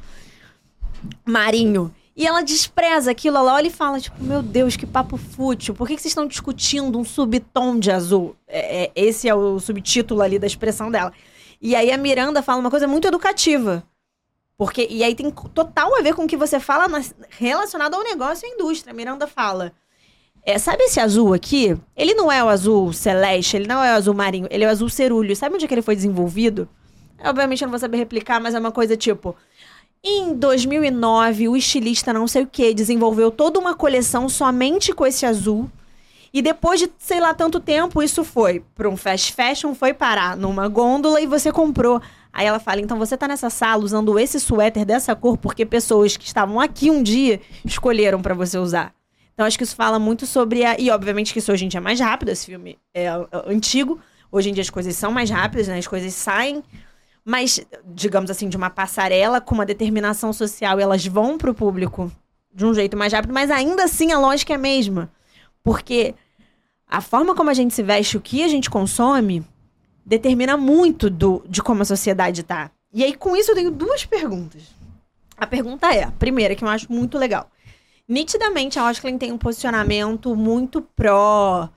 marinho. E ela despreza aquilo. Ela olha e fala, tipo... Meu Deus, que papo fútil. Por que, que vocês estão discutindo um subtom de azul? É, é, esse é o subtítulo ali da expressão dela. E aí a Miranda fala uma coisa muito educativa. Porque, e aí tem total a ver com o que você fala na, relacionado ao negócio e à indústria. A Miranda fala... É, sabe esse azul aqui? Ele não é o azul celeste, ele não é o azul marinho, ele é o azul cerúleo. Sabe onde é que ele foi desenvolvido? Obviamente eu não vou saber replicar, mas é uma coisa tipo... Em dois mil e nove, o estilista não sei o que desenvolveu toda uma coleção somente com esse azul. E depois de, sei lá, tanto tempo, isso foi para um fast fashion, foi parar numa gôndola e você comprou. Aí ela fala, então você tá nessa sala usando esse suéter dessa cor porque pessoas que estavam aqui um dia escolheram para você usar. Então, acho que isso fala muito sobre a... E, obviamente, que isso hoje em dia é mais rápido. Esse filme é, é antigo. Hoje em dia as coisas são mais rápidas, né? As coisas saem. Mas, digamos assim, de uma passarela com uma determinação social. E elas vão pro público de um jeito mais rápido. Mas, ainda assim, a lógica é a mesma. Porque a forma como a gente se veste, o que a gente consome, determina muito do, de como a sociedade tá. E aí, com isso, eu tenho duas perguntas. A pergunta é... A primeira, que eu acho muito legal. Nitidamente, a Osklen tem um posicionamento muito pró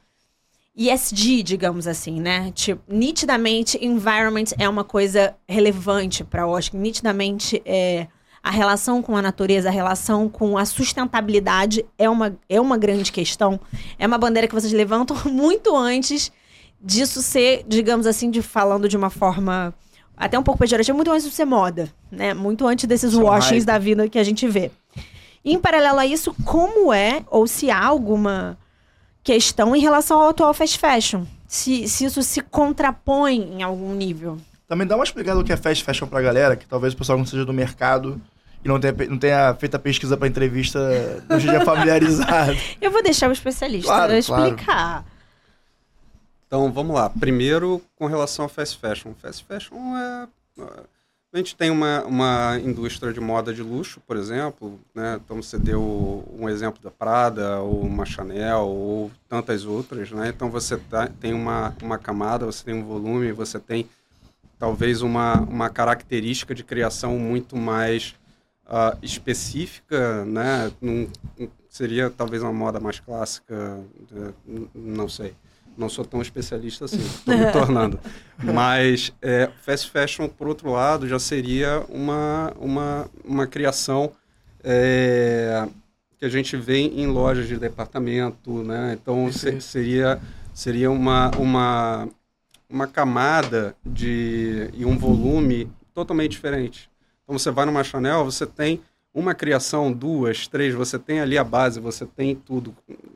E S G, digamos assim, né? Tipo, nitidamente, environment é uma coisa relevante para a Osklen. Nitidamente, é, a relação com a natureza, a relação com a sustentabilidade é uma, é uma grande questão. É uma bandeira que vocês levantam muito antes disso ser, digamos assim, de, falando de uma forma até um pouco pejorativa, muito antes de ser moda, né? Muito antes desses São washings hype. da vida que a gente vê. E, em paralelo a isso, como é, ou se há alguma questão em relação ao atual fast fashion? Se, se isso se contrapõe em algum nível? Também dá uma explicada do que é fast fashion pra galera, que talvez o pessoal não seja do mercado e não tenha, não tenha feito a pesquisa pra entrevista, não esteja familiarizado. Eu vou deixar o especialista Claro, explicar. Então, vamos lá. Primeiro, com relação ao fast fashion. Fast fashion é... A gente tem uma, uma indústria de moda de luxo, por exemplo, né? Então você deu um exemplo da Prada, ou uma Chanel, ou tantas outras, né? Então você tá, tem uma, uma camada, você tem um volume, você tem talvez uma, uma característica de criação muito mais uh, específica, né? Num, seria talvez uma moda mais clássica, uh, não sei. Não sou tão especialista assim, estou me tornando. Mas é, fast fashion, por outro lado, já seria uma, uma, uma criação é, que a gente vê em lojas de departamento, né? Então, se, seria, seria uma, uma, uma camada de, e um volume totalmente diferente. Então, você vai numa Chanel, você tem uma criação, duas, três, você tem ali a base, você tem tudo.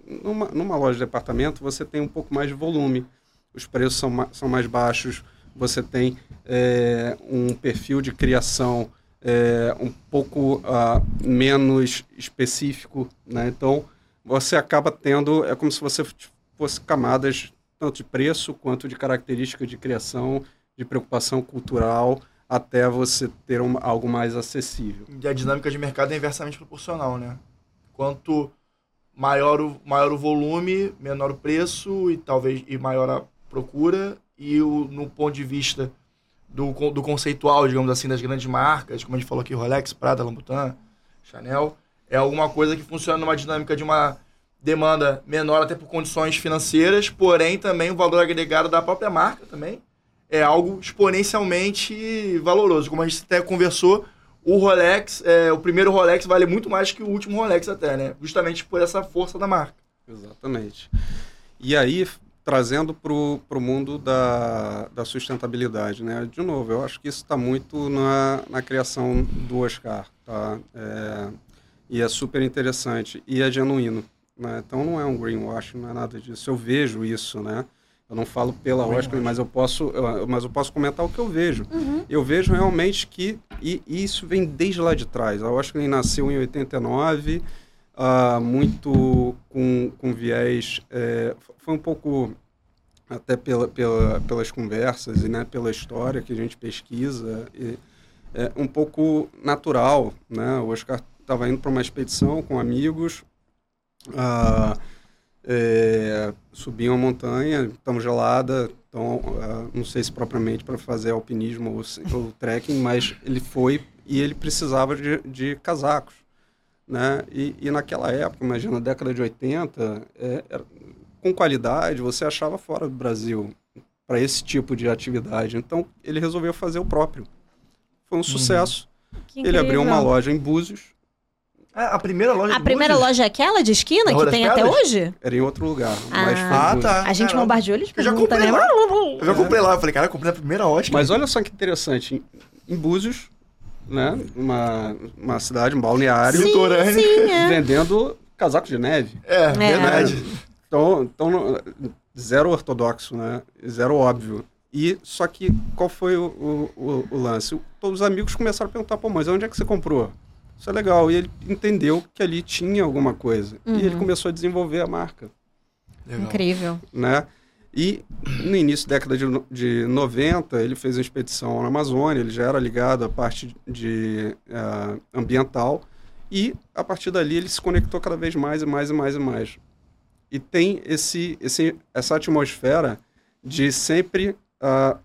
numa, numa loja de departamento, você tem um pouco mais de volume. Os preços são, ma- são mais baixos, você tem é, um perfil de criação é, um pouco uh, menos específico, né? Então, você acaba tendo, é como se você fosse camadas tanto de preço quanto de característica de criação, de preocupação cultural, até você ter um, algo mais acessível. E a dinâmica de mercado é inversamente proporcional, né? Quanto maior o, maior o volume, menor o preço e talvez e maior a procura. E o, no ponto de vista do, do conceitual, digamos assim, das grandes marcas, como a gente falou aqui, Rolex, Prada, Louboutin, Chanel, é alguma coisa que funciona numa dinâmica de uma demanda menor até por condições financeiras, porém também o valor agregado da própria marca também é algo exponencialmente valoroso. Como a gente até conversou, o Rolex, é, o primeiro Rolex vale muito mais que o último Rolex até, né? Justamente por essa força da marca. Exatamente. E aí, trazendo para o mundo da, da sustentabilidade, né? De novo, eu acho que isso está muito na, na criação do Oscar, tá? É, e é super interessante e é genuíno, né? Então não é um greenwash, não é nada disso. Eu vejo isso, né? Eu não falo pela Oscar, mas eu posso, eu, mas eu posso comentar o que eu vejo. Uhum. Eu vejo realmente que, e, e isso vem desde lá de trás. A Oscar nasceu em oitenta e nove, uh, muito com, com viés, é, foi um pouco até pela, pela, pelas conversas e, né, pela história que a gente pesquisa, e, é, um pouco natural, né? O Oscar estava indo para uma expedição com amigos, uh, É, subi uma montanha tão gelada, então, uh, não sei se propriamente para fazer alpinismo ou, ou trekking, mas ele foi e ele precisava de, de casacos, né? E, e naquela época, imagina, na década de oitenta, é, era, com qualidade, você achava fora do Brasil para esse tipo de atividade. Então, ele resolveu fazer o próprio. Foi um uhum. sucesso. Que ele abriu uma loja em Búzios. Ah, a primeira loja A primeira Búzios? loja é aquela de esquina Na que Rua tem das até Pedras? hoje? Era em outro lugar. Ah, mas foi em Ah, Búzios. tá. A gente Caramba. bombardeou eles Eu já perguntam, comprei né? lá. Eu já comprei lá. Eu falei, cara, eu comprei na primeira Oscar. Mas olha só que interessante. Em, em Búzios, né? Uma, uma cidade, um balneário, Sim, litorânea, sim, é. vendendo casaco de neve. É, verdade. Então, então, zero ortodoxo, né? Zero óbvio. E, só que, qual foi o, o, o lance? Todos os amigos começaram a perguntar, pô, mas onde é que você comprou? Isso é legal. E ele entendeu que ali tinha alguma coisa. Uhum. E ele começou a desenvolver a marca. Legal. Incrível. Né? E no início da década de, de noventa, ele fez uma expedição na Amazônia, ele já era ligado à parte de, uh, ambiental, e a partir dali ele se conectou cada vez mais e mais e mais e mais. E tem esse, esse, essa atmosfera de sempre uh,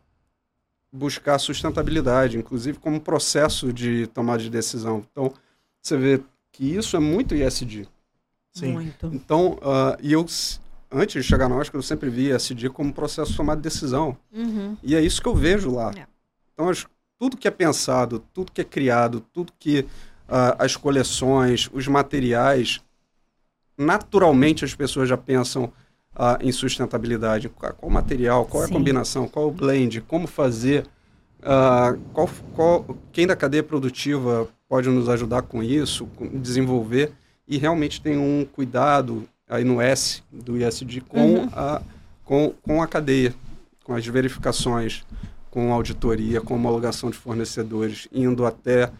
buscar sustentabilidade, inclusive como processo de tomada de decisão. Então, você vê que isso é muito E S G. Sim. Muito. Então, uh, e eu... Antes de chegar na Oscar, eu sempre vi E S G como processo de tomada de decisão. Uhum. E é isso que eu vejo lá. É. Então, as, tudo que é pensado, tudo que é criado, tudo que... Uh, as coleções, os materiais, naturalmente as pessoas já pensam uh, em sustentabilidade. Qual, qual material, qual é Sim. a combinação, qual é o blend, como fazer, uh, qual, qual, quem da cadeia produtiva pode nos ajudar com isso, com desenvolver, e realmente tem um cuidado aí no S do E S G com, Uhum. a, com, com a cadeia, com as verificações, com auditoria, com homologação de fornecedores, indo até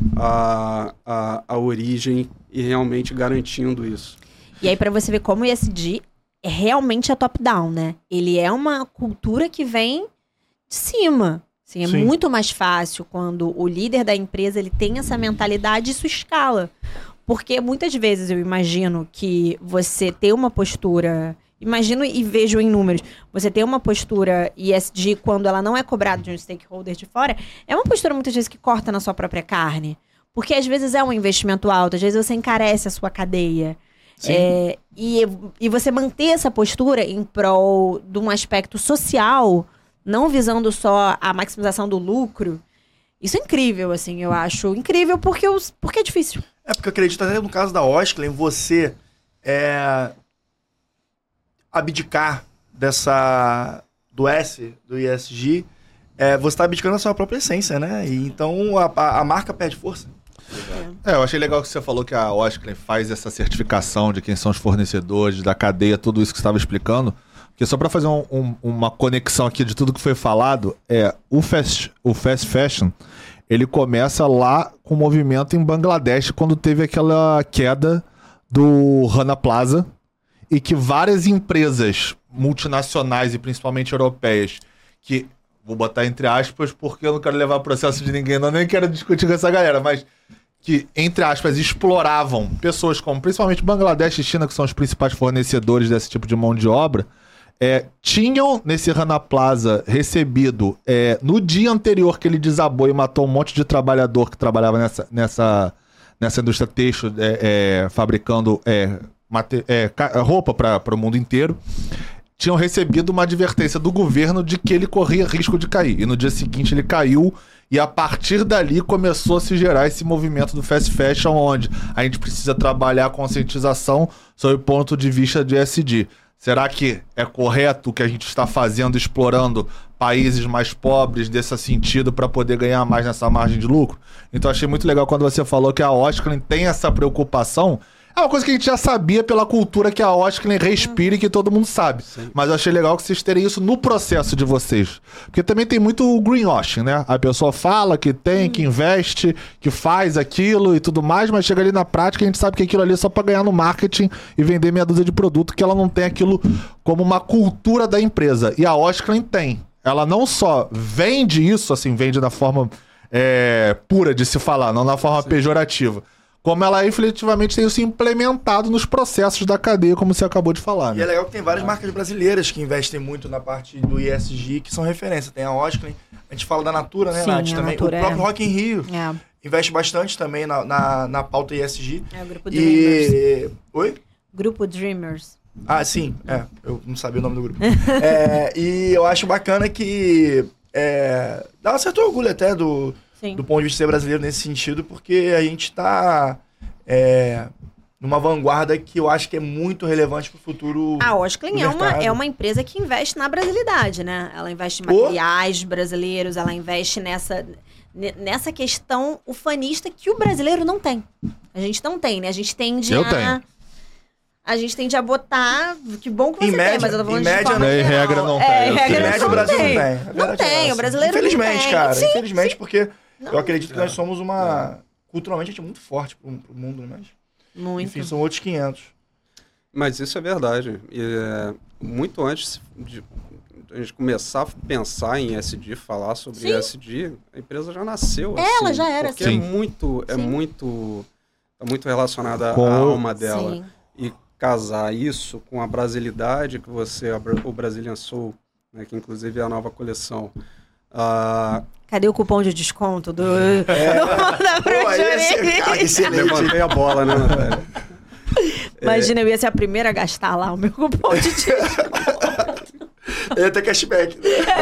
a, a, a origem e realmente garantindo isso. E aí, pra você ver como o E S G é realmente a top-down, né? Ele é uma cultura que vem de cima. Assim, é Sim. muito mais fácil quando o líder da empresa ele tem essa mentalidade e isso escala. Porque muitas vezes eu imagino que você ter uma postura... Imagino e vejo em números. Você ter uma postura E S G quando ela não é cobrada de um stakeholder de fora, é uma postura muitas vezes que corta na sua própria carne. Porque às vezes é um investimento alto, às vezes você encarece a sua cadeia. É, e, e você manter essa postura em prol de um aspecto social, não visando só a maximização do lucro, isso é incrível, assim, eu acho. Incrível porque, os, porque é difícil. É porque eu acredito até no caso da Oscar, em você é, abdicar dessa, do S, do E S G, é, você está abdicando da sua própria essência, né? E então a, a, a marca perde força. É, eu achei legal que você falou que a Osklen faz essa certificação de quem são os fornecedores, da cadeia, tudo isso que você estava explicando. Porque só para fazer um, um, uma conexão aqui de tudo que foi falado, é o fast, o fast fashion, ele começa lá com o movimento em Bangladesh, quando teve aquela queda do Rana Plaza, e que várias empresas multinacionais e principalmente europeias, que, vou botar entre aspas, porque eu não quero levar processo de ninguém, não nem quero discutir com essa galera, mas que, entre aspas, exploravam pessoas como principalmente Bangladesh e China, que são os principais fornecedores desse tipo de mão de obra, é, tinham nesse Rana Plaza recebido, é, no dia anterior que ele desabou e matou um monte de trabalhador que trabalhava nessa, nessa, nessa indústria têxtil, é, é, fabricando é, mate, é, roupa para o mundo inteiro, tinham recebido uma advertência do governo de que ele corria risco de cair. E no dia seguinte ele caiu, e a partir dali começou a se gerar esse movimento do fast fashion, onde a gente precisa trabalhar a conscientização sob o ponto de vista de E S G. Será que é correto o que a gente está fazendo, explorando países mais pobres desse sentido para poder ganhar mais nessa margem de lucro? Então achei muito legal quando você falou que a Osklen tem essa preocupação. É uma coisa que a gente já sabia pela cultura que a Osklen respira e que todo mundo sabe. Sim. Mas eu achei legal que vocês terem isso no processo de vocês. Porque também tem muito greenwashing, né? A pessoa fala que tem, hum. que investe, que faz aquilo e tudo mais, mas chega ali na prática e a gente sabe que aquilo ali é só pra ganhar no marketing e vender meia dúzia de produto, que ela não tem aquilo como uma cultura da empresa. E a Osklen tem. Ela não só vende isso, assim, vende da forma é, pura de se falar, não na forma Sim. pejorativa. Como ela efetivamente tem isso implementado nos processos da cadeia, como você acabou de falar. E né? é legal que tem várias marcas brasileiras que investem muito na parte do E S G, que são referência. Tem a Osklen, a gente fala da Natura, né, Sim, Nath? Também. Natura, o próprio é. Rock in Rio É. investe bastante também na, na, na pauta E S G. É o Grupo Dreamers. E... Oi? Grupo Dreamers. Ah, sim. É, eu não sabia o nome do grupo. é, e eu acho bacana que é, dá um certo orgulho até do... Sim. do ponto de vista de ser brasileiro nesse sentido, porque a gente está é, numa vanguarda que eu acho que é muito relevante para o futuro. A Osklen é uma, é uma empresa que investe na brasilidade, né? Ela investe em materiais oh. brasileiros, ela investe nessa, nessa questão ufanista que o brasileiro não tem. A gente não tem, né? A gente tende eu a... tenho. A gente tende a botar... Que bom que você em tem, média, mas eu tô falando em de média, forma né? geral. Em regra não é, tem. Em regra em média não o Brasil tem. não tem. Não é tem, essa. o brasileiro Infelizmente, não tem. cara. Sim, infelizmente, sim. porque não. eu acredito que nós somos uma... Culturalmente, a gente é muito forte pro, pro mundo, mas... Muito. Enfim, são outros quinhentos. Mas isso é verdade. E, é, muito antes de a gente começar a pensar em E S G, falar sobre Sim. E S G, a empresa já nasceu. Ela assim, já era porque assim. é muito, é Sim. muito, é muito relacionada Com à o- alma dela. Sim. E casar isso com a brasilidade que você, o Brazilian Soul, né, que inclusive é a nova coleção. Ah, Cadê o cupom de desconto do... É. do da Pô, esse, cara, excelente. levantei a bola, né, Natália? Imagina, eu ia ser a primeira a gastar lá o meu cupom de desconto. Eu ia ter cashback.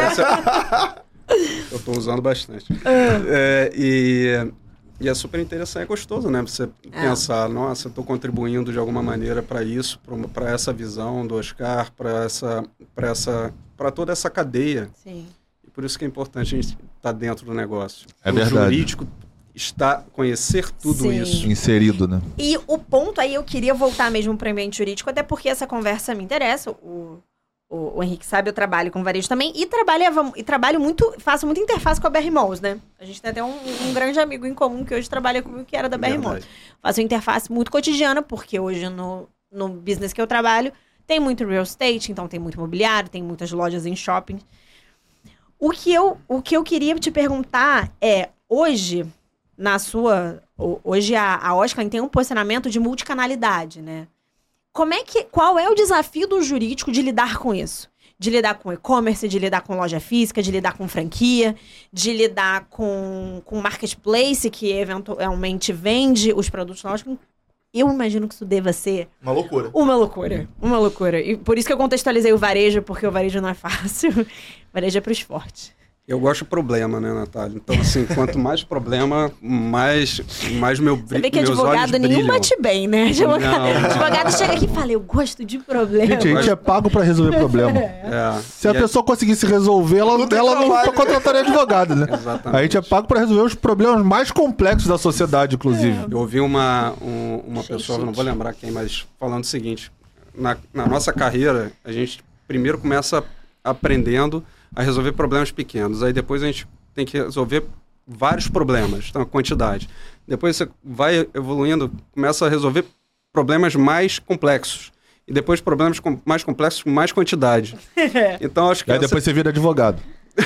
Eu tô usando bastante. É, e, e é super interessante, é gostoso, né? Você É. pensar, nossa, eu tô contribuindo de alguma maneira para isso, para essa visão do Oscar, para essa, para essa, para toda essa cadeia. Sim. E por isso que é importante a gente estar dentro do negócio. É o verdade. jurídico está conhecer tudo Sim. isso. Inserido, né? E o ponto aí, eu queria voltar mesmo para o ambiente jurídico, até porque essa conversa me interessa. O, o, o Henrique sabe, eu trabalho com varejo também. E trabalho, e trabalho muito, faço muita interface com a B R Malls, né? A gente tem até um, um grande amigo em comum que hoje trabalha comigo, que era da B R Malls. Faço uma interface muito cotidiana, porque hoje no, no business que eu trabalho, tem muito real estate, então tem muito imobiliário, tem muitas lojas em shopping. O que eu, o que eu queria te perguntar é, hoje... Na sua... Hoje a, a Osklen tem um posicionamento de multicanalidade, né? Como é que... Qual é o desafio do jurídico de lidar com isso? De lidar com e-commerce, de lidar com loja física, de lidar com franquia, de lidar com, com marketplace, que eventualmente vende os produtos da Osklen. Eu imagino que isso deva ser... Uma loucura. Uma loucura. Uma loucura. E por isso que eu contextualizei o varejo, porque o varejo não é fácil. O varejo é pros fortes. Eu gosto de problema, né, Natália? Então, assim, quanto mais problema, mais, mais meu brilho. Você vê que advogado nenhum bate bem, né? Advogado, Não. advogado chega aqui e fala, eu gosto de problema. Gente, a gente é pago pra resolver problema. É. Se a E pessoa conseguisse resolver, ela, Não tem ela não trabalho. contrataria advogado, né? Exatamente. A gente é pago pra resolver os problemas mais complexos da sociedade, inclusive. Eu ouvi uma, um- uma Achei pessoa, chique. não vou lembrar quem, mas falando o seguinte: na, na nossa carreira, a gente primeiro começa aprendendo a resolver problemas pequenos, aí depois a gente tem que resolver vários problemas, então a quantidade. Depois você vai evoluindo, começa a resolver problemas mais complexos. E depois problemas com- mais complexos com mais quantidade. Então acho que Aí essa- depois você vira advogado.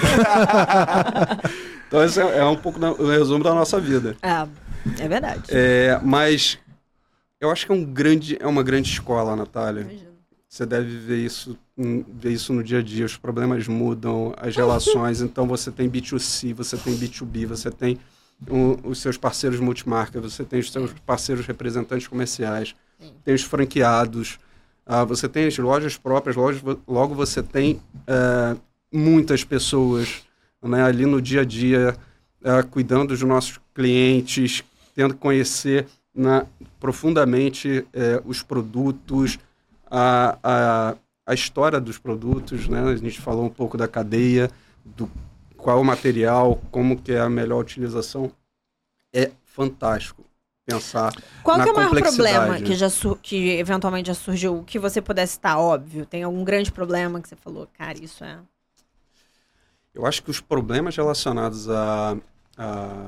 então, esse é, é um pouco da- o resumo da nossa vida. É, é verdade. É, mas eu acho que é, um grande, é uma grande escola, Natália. Imagino. Você deve ver isso, hum, ver isso no dia a dia. Os problemas mudam, as relações. Então você tem B dois C, você tem B dois B, você tem o- os seus parceiros multimarca, você tem os seus parceiros representantes comerciais, Sim. tem os franqueados, ah, você tem as lojas próprias, lojas, logo você tem eh, muitas pessoas, né, ali no dia a dia, ah, cuidando dos nossos clientes, tendo que conhecer na- profundamente eh, os produtos, a, a, a história dos produtos, né? A gente falou um pouco da cadeia, do qual é o material, como que é a melhor utilização. É fantástico pensar Qual na que é o maior complexidade. problema que, já su- que eventualmente já surgiu, que você pudesse estar óbvio? Tem algum grande problema que você falou, cara, isso é... Eu acho que os problemas relacionados à a,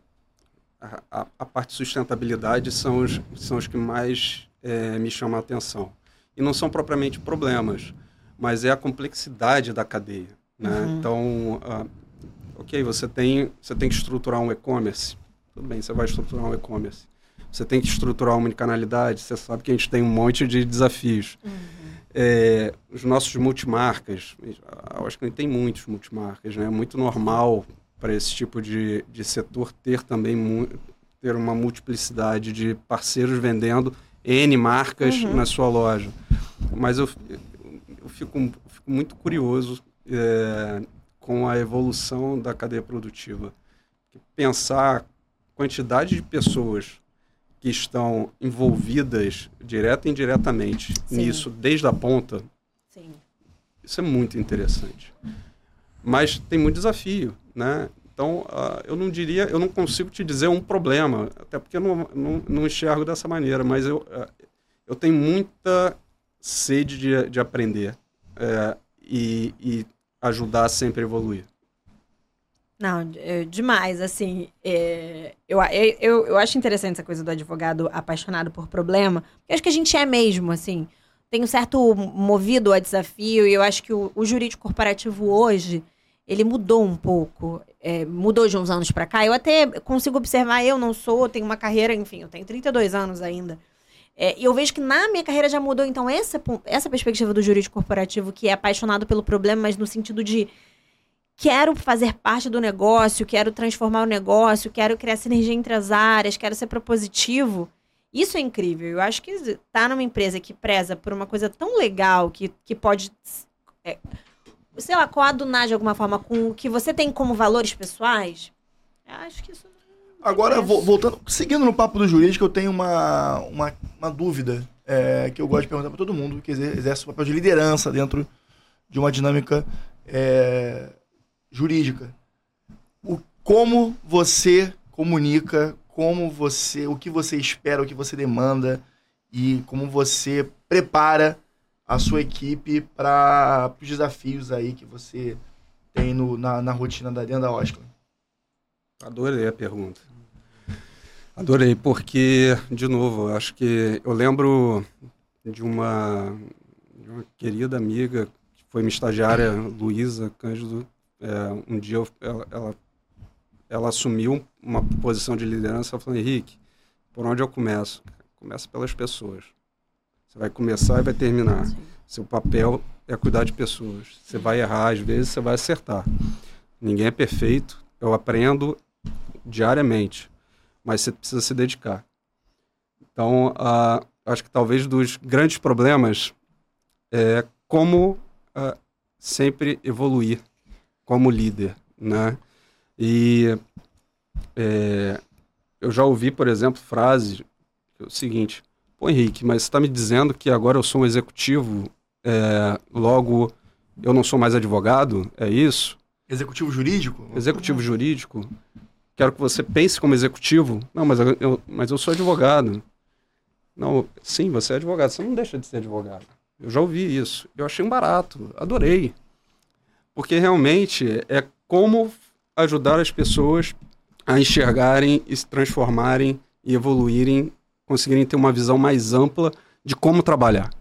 a, a, a parte de sustentabilidade são os, são os que mais eh, me chamam a atenção. E não são propriamente problemas, mas é a complexidade da cadeia. Né? Uhum. Então, ah, ok, você tem, você tem que estruturar um e-commerce. Tudo bem, você vai estruturar um e-commerce. Você tem que estruturar uma omnicanalidade. Você sabe que a gente tem um monte de desafios. É, os nossos multimarcas, eu acho que tem muitos multimarcas, né? É muito normal para esse tipo de, de setor ter também mu- ter uma multiplicidade de parceiros vendendo N marcas Uhum. na sua loja. Mas eu, eu fico, fico muito curioso é, com a evolução da cadeia produtiva. Pensar a quantidade de pessoas que estão envolvidas, direta e indiretamente, Sim. nisso, desde a ponta, Sim. isso é muito interessante. Mas tem muito desafio, né? Então, ah, eu não diria, eu não consigo te dizer um problema, até porque eu não, não, não enxergo dessa maneira, mas eu, ah, eu tenho muita sede de, de aprender é, e, e ajudar a sempre a evoluir. Não, é, demais, assim, é, eu, eu, eu, eu acho interessante essa coisa do advogado apaixonado por problema, porque eu acho que a gente é mesmo, assim, tem um certo movido a desafio, e eu acho que o, o jurídico corporativo hoje, ele mudou um pouco, é, mudou de uns anos pra cá, eu até consigo observar, eu não sou, tenho uma carreira, enfim, eu tenho trinta e dois anos ainda, é, e eu vejo que na minha carreira já mudou, então, essa, essa perspectiva do jurídico corporativo, que é apaixonado pelo problema, mas no sentido de quero fazer parte do negócio, quero transformar o negócio, quero criar sinergia entre as áreas, quero ser propositivo. Isso é incrível. Eu acho que estar numa empresa que preza por uma coisa tão legal, que, que pode, é, sei lá, coadunar de alguma forma com o que você tem como valores pessoais, eu acho que isso... Agora, É. vo- voltando, seguindo no papo do jurídico, eu tenho uma, uma, uma dúvida é, que eu gosto de perguntar para todo mundo que exer- exerce o papel de liderança dentro de uma dinâmica é, jurídica. O, como você comunica, como você, o que você espera, o que você demanda e como você prepara a sua equipe para os desafios aí que você tem no, na, na rotina da dentro da Oscar. Adorei a pergunta. Adorei, porque, de novo, eu acho que eu lembro de uma, de uma querida amiga, que foi minha estagiária, Luísa Cândido. É, um dia eu- ela, ela, ela assumiu uma posição de liderança. Ela falou: Henrique, por onde eu começo? Começa pelas pessoas. Você vai começar e vai terminar. Seu papel é cuidar de pessoas. Você vai errar, às vezes você vai acertar. Ninguém é perfeito. Eu aprendo diariamente, mas você precisa se dedicar. Então, ah, acho que talvez dos grandes problemas é como ah, sempre evoluir como líder, né? E é, eu já ouvi, por exemplo, frases, que é o seguinte: pô, Henrique, mas você está me dizendo que agora eu sou um executivo, é, logo eu não sou mais advogado? É isso? Executivo jurídico? Executivo jurídico? Quero que você pense como executivo. Não, mas eu, eu, mas eu sou advogado. Não, sim, você é advogado. Você não deixa de ser advogado. Eu já ouvi isso. Eu achei um barato. Adorei. Porque realmente é como ajudar as pessoas a enxergarem e se transformarem e evoluírem, conseguirem ter uma visão mais ampla de como trabalhar.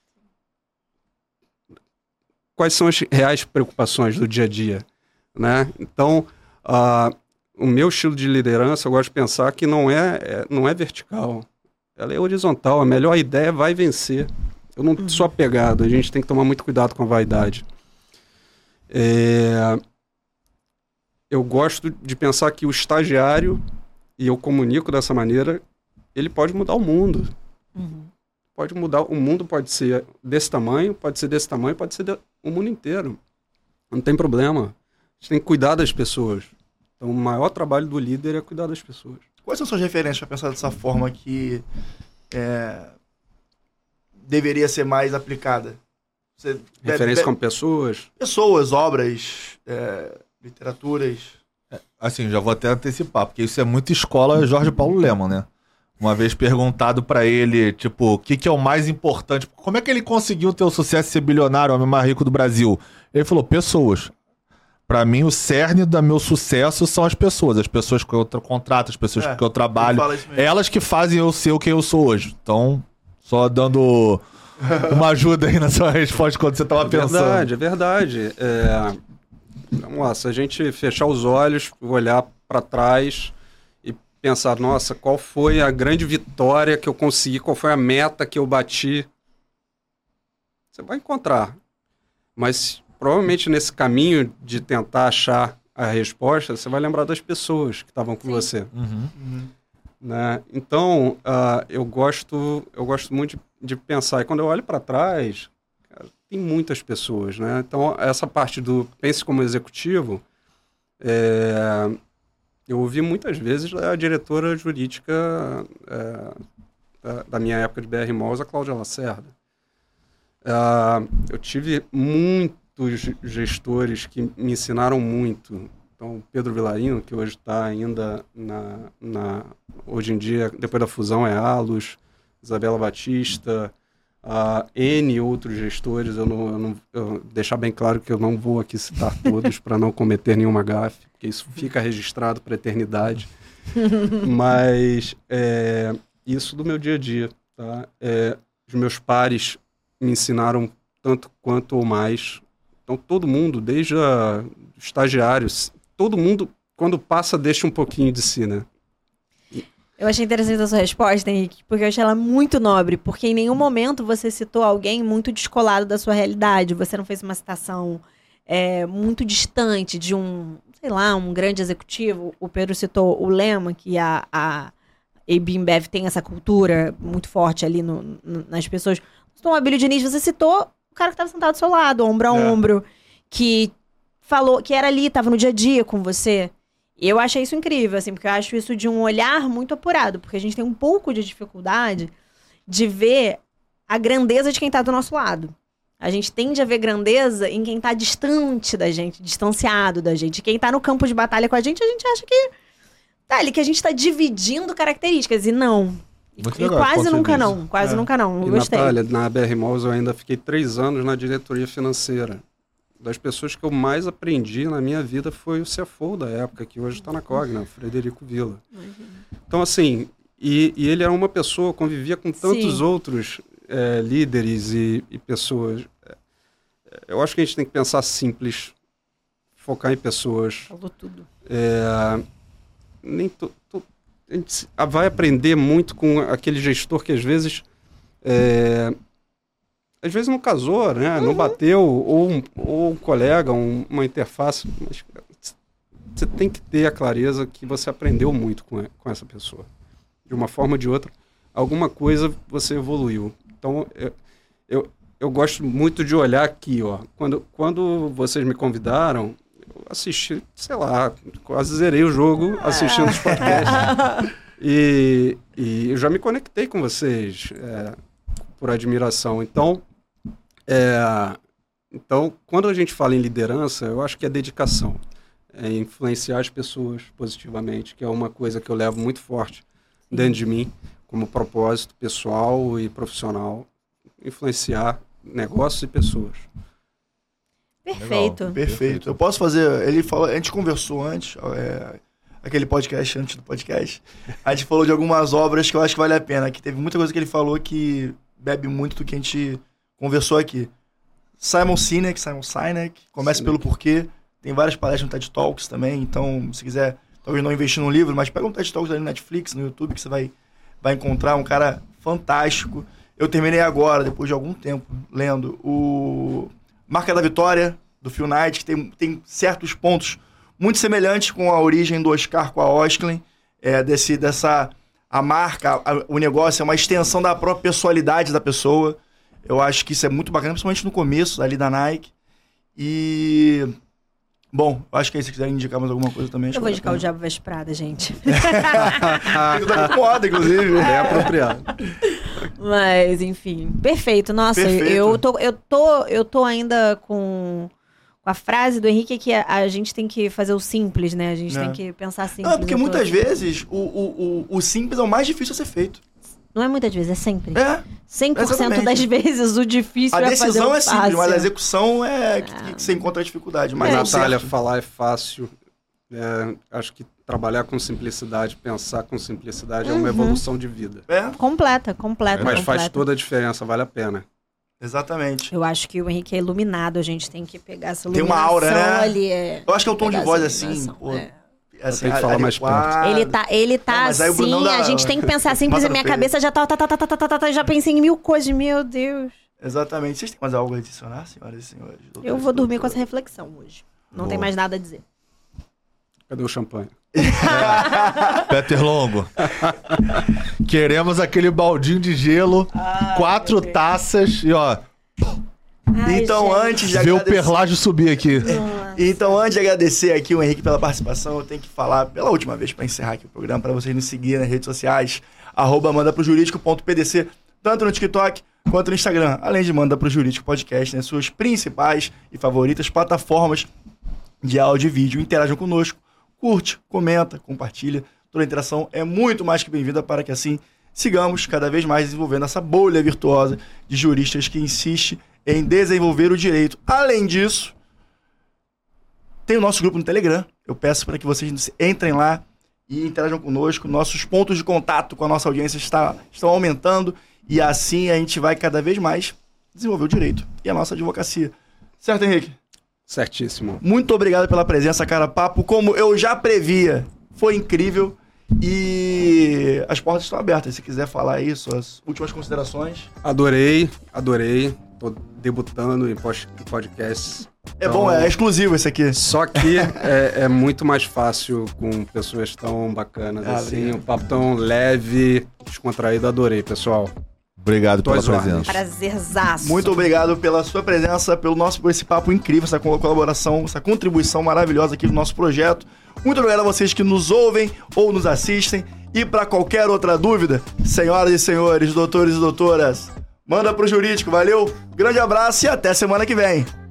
Quais são as reais preocupações do dia a dia, né? Então, uh, o meu estilo de liderança, eu gosto de pensar que não é, é, não é vertical, ela é horizontal. A melhor ideia vai vencer. Eu não uhum. sou apegado, a gente tem que tomar muito cuidado com a vaidade. É, eu gosto de pensar que o estagiário, e eu comunico dessa maneira, ele pode mudar o mundo. Uhum. Pode mudar, o mundo pode ser desse tamanho, pode ser desse tamanho, pode ser de, o mundo inteiro. Não tem problema. A gente tem que cuidar das pessoas. Então, o maior trabalho do líder é cuidar das pessoas. Quais são suas referências para pensar dessa forma que é, deveria ser mais aplicada? Você Referência como pessoas? Pessoas, obras, é, literaturas. É, assim, já vou até antecipar, porque isso é muito escola Jorge Paulo Lemann, né? Uma vez perguntado pra ele, tipo, o que, que é o mais importante? Como é que ele conseguiu ter o sucesso e ser bilionário, o homem mais rico do Brasil? Ele falou, pessoas. Pra mim, o cerne do meu sucesso são as pessoas. As pessoas que eu contrato, as pessoas É, que eu trabalho. fala isso mesmo. Elas que fazem eu ser o que eu sou hoje. Então, só dando uma ajuda aí na sua resposta quando você tava É pensando. verdade, é verdade. É... Vamos lá, se a gente fechar os olhos, olhar pra trás e pensar, nossa, qual foi a grande vitória que eu consegui, qual foi a meta que eu bati, você vai encontrar. Mas provavelmente nesse caminho de tentar achar a resposta, você vai lembrar das pessoas que estavam com Sim. você. Uhum. Uhum. Né? Então, uh, eu, gosto, eu gosto muito de, de pensar. E quando eu olho para trás, cara, tem muitas pessoas. Né? Então, essa parte do pense como executivo, é, eu ouvi muitas vezes a diretora jurídica é, da, da minha época de B R Malls, a Cláudia Lacerda. Uh, eu tive muito dos gestores que me ensinaram muito. Então, Pedro Vilarino, que hoje está ainda na, na... Hoje em dia, depois da fusão, é Alus, Isabela Batista, uh, N outros gestores. Eu não, eu não eu deixar bem claro que eu não vou aqui citar todos para não cometer nenhuma gafe, porque isso fica registrado para a eternidade. Mas é, isso do meu dia a dia. Tá? É, os meus pares me ensinaram tanto quanto ou mais. Então, todo mundo, desde a, estagiários, todo mundo, quando passa, deixa um pouquinho de si, né? Eu achei interessante a sua resposta, Henrique, porque eu achei ela muito nobre, porque em nenhum momento você citou alguém muito descolado da sua realidade, você não fez uma citação é, muito distante de um, sei lá, um grande executivo. O Pedro citou o Lemann, que a, a A B InBev tem essa cultura muito forte ali no, no, nas pessoas. Citou o Abílio Diniz, você citou o cara que estava sentado do seu lado, ombro a é. ombro, que falou, que era ali, estava no dia a dia com você. E eu achei isso incrível, assim, porque eu acho isso de um olhar muito apurado, porque a gente tem um pouco de dificuldade de ver a grandeza de quem está do nosso lado. A gente tende a ver grandeza em quem está distante da gente, distanciado da gente. Quem está no campo de batalha com a gente, a gente acha que tá ali, que a gente está dividindo características, e não. Muito e legal, quase nunca não, quase é. nunca não, não e, gostei. Natália, na B R Malls eu ainda fiquei três anos na diretoria financeira. Das pessoas que eu mais aprendi na minha vida foi o C F O da época, que hoje está na Cogna, Frederico Villa. Imagina. Então, assim, e, e ele era uma pessoa, convivia com tantos Sim. outros é, líderes e, e pessoas. Eu acho que a gente tem que pensar simples, focar em pessoas. Falou tudo. É, nem to, to, a gente vai aprender muito com aquele gestor que às vezes é, às vezes não casou, né? Uhum. Não bateu, ou um, ou um colega, um, uma interface, mas você tem que ter a clareza que você aprendeu muito com, com essa pessoa. De uma forma ou de outra, alguma coisa você evoluiu. Então, eu, eu, eu gosto muito de olhar aqui, ó. Quando, quando vocês me convidaram, eu assisti, sei lá, quase zerei o jogo assistindo os podcasts. E, e eu já me conectei com vocês é, por admiração. Então, é, então, quando a gente fala em liderança, eu acho que é dedicação. É influenciar as pessoas positivamente, que é uma coisa que eu levo muito forte dentro de mim, como propósito pessoal e profissional. Influenciar negócios e pessoas. Perfeito. Legal, perfeito. Eu posso fazer... Ele falou, a gente conversou antes, é, aquele podcast antes do podcast. A gente falou de algumas obras que eu acho que vale a pena. Que teve muita coisa que ele falou que bebe muito do que a gente conversou aqui. Simon Sinek, Simon Sinek, Comece Sinek. Pelo Porquê. Tem várias palestras no TED Talks também. Então, se quiser, talvez não investir num livro, mas pega um TED Talks ali no Netflix, no YouTube, que você vai, vai encontrar um cara fantástico. Eu terminei agora, depois de algum tempo, lendo o Marca da Vitória, do Phil Knight, que tem, tem certos pontos muito semelhantes com a origem do Oscar com a Osklen, é, desse, dessa, a marca, a, o negócio é uma extensão da própria pessoalidade da pessoa. Eu acho que isso é muito bacana, principalmente no começo ali da Nike. E... Bom, acho que aí se quiser indicar mais alguma coisa também... Eu vou indicar o Diabo Veste Prada, gente. Isso tá com moda, inclusive. É apropriado. Mas, enfim. Perfeito. Nossa, Perfeito. Eu, tô, eu, tô, eu tô ainda com, com a frase do Henrique que a, a gente tem que fazer o simples, né? A gente É. tem que pensar simples. Não, porque eu tô muitas assim. vezes o, o, o, o simples é o mais difícil a ser feito. Não é muitas vezes, é sempre. É. cem por cento exatamente. das vezes o difícil A é fazer decisão o é simples, fácil. mas a execução é que, que você encontra a dificuldade. Mas Mas, é o Natália, certo. falar é fácil. É, acho que trabalhar com simplicidade, pensar com simplicidade é uma Uhum. evolução de vida. É, Completa, completa, Mas completa. faz toda a diferença, vale a pena. exatamente. Eu acho que o Henrique é iluminado, a gente tem que pegar essa Tem iluminação uma aura, né? ali. É, Eu acho que é o tom de pegar voz essa assim, iluminação, pô, é. assim, tenho que falar mais adequado. Ele tá, ele tá Não, mas aí o assim, Brunão dá- a gente tem que pensar simples, passa a no minha peito. cabeça já tá, tá, tá, tá, tá, tá, tá, tá, já pensei em mil coisas, meu Deus. Exatamente. Vocês têm mais algo a adicionar, senhoras e senhores? Eu Doutores vou e dormir com essa doutoras? reflexão hoje. Não Boa. tem mais nada a dizer. Cadê o champanhe? Peter Longo. Queremos aquele baldinho de gelo, quatro taças e ó, Ai, Então, gente. antes de vê o agradecer... perlágio subir aqui. Então, antes de agradecer aqui o Henrique pela participação, eu tenho que falar pela última vez para encerrar aqui o programa, para vocês nos seguirem nas redes sociais, arroba manda pro jurídico ponto p d c, tanto no TikTok quanto no Instagram, além de Manda pro Jurídico Podcast, nas suas principais e favoritas plataformas de áudio e vídeo. Interajam conosco, curte, comenta, compartilha. Toda a interação é muito mais que bem-vinda para que assim sigamos cada vez mais desenvolvendo essa bolha virtuosa de juristas que insiste em desenvolver o direito. Além disso, tem o nosso grupo no Telegram. Eu peço para que vocês entrem lá e interajam conosco. Nossos pontos de contato com a nossa audiência está, estão aumentando e assim a gente vai cada vez mais desenvolver o direito e a nossa advocacia. Certo, Henrique? Certíssimo. Muito obrigado pela presença, cara. Papo, como eu já previa, foi incrível e as portas estão abertas. Se quiser falar aí, suas últimas considerações. Adorei, adorei. Tô debutando em pos- em podcasts. É Então, bom, é exclusivo esse aqui. Só que é, é muito mais fácil com pessoas tão bacanas Ah, assim. obrigado. Um papo tão leve, descontraído. Adorei, pessoal. Obrigado pela Tuas ordens. presença. Prazerzaço. Muito obrigado pela sua presença, pelo nosso por esse papo incrível, essa colaboração, essa contribuição maravilhosa aqui no nosso projeto. Muito obrigado a vocês que nos ouvem ou nos assistem. E para qualquer outra dúvida, senhoras e senhores, doutores e doutoras, manda pro jurídico. Valeu, grande abraço e até semana que vem.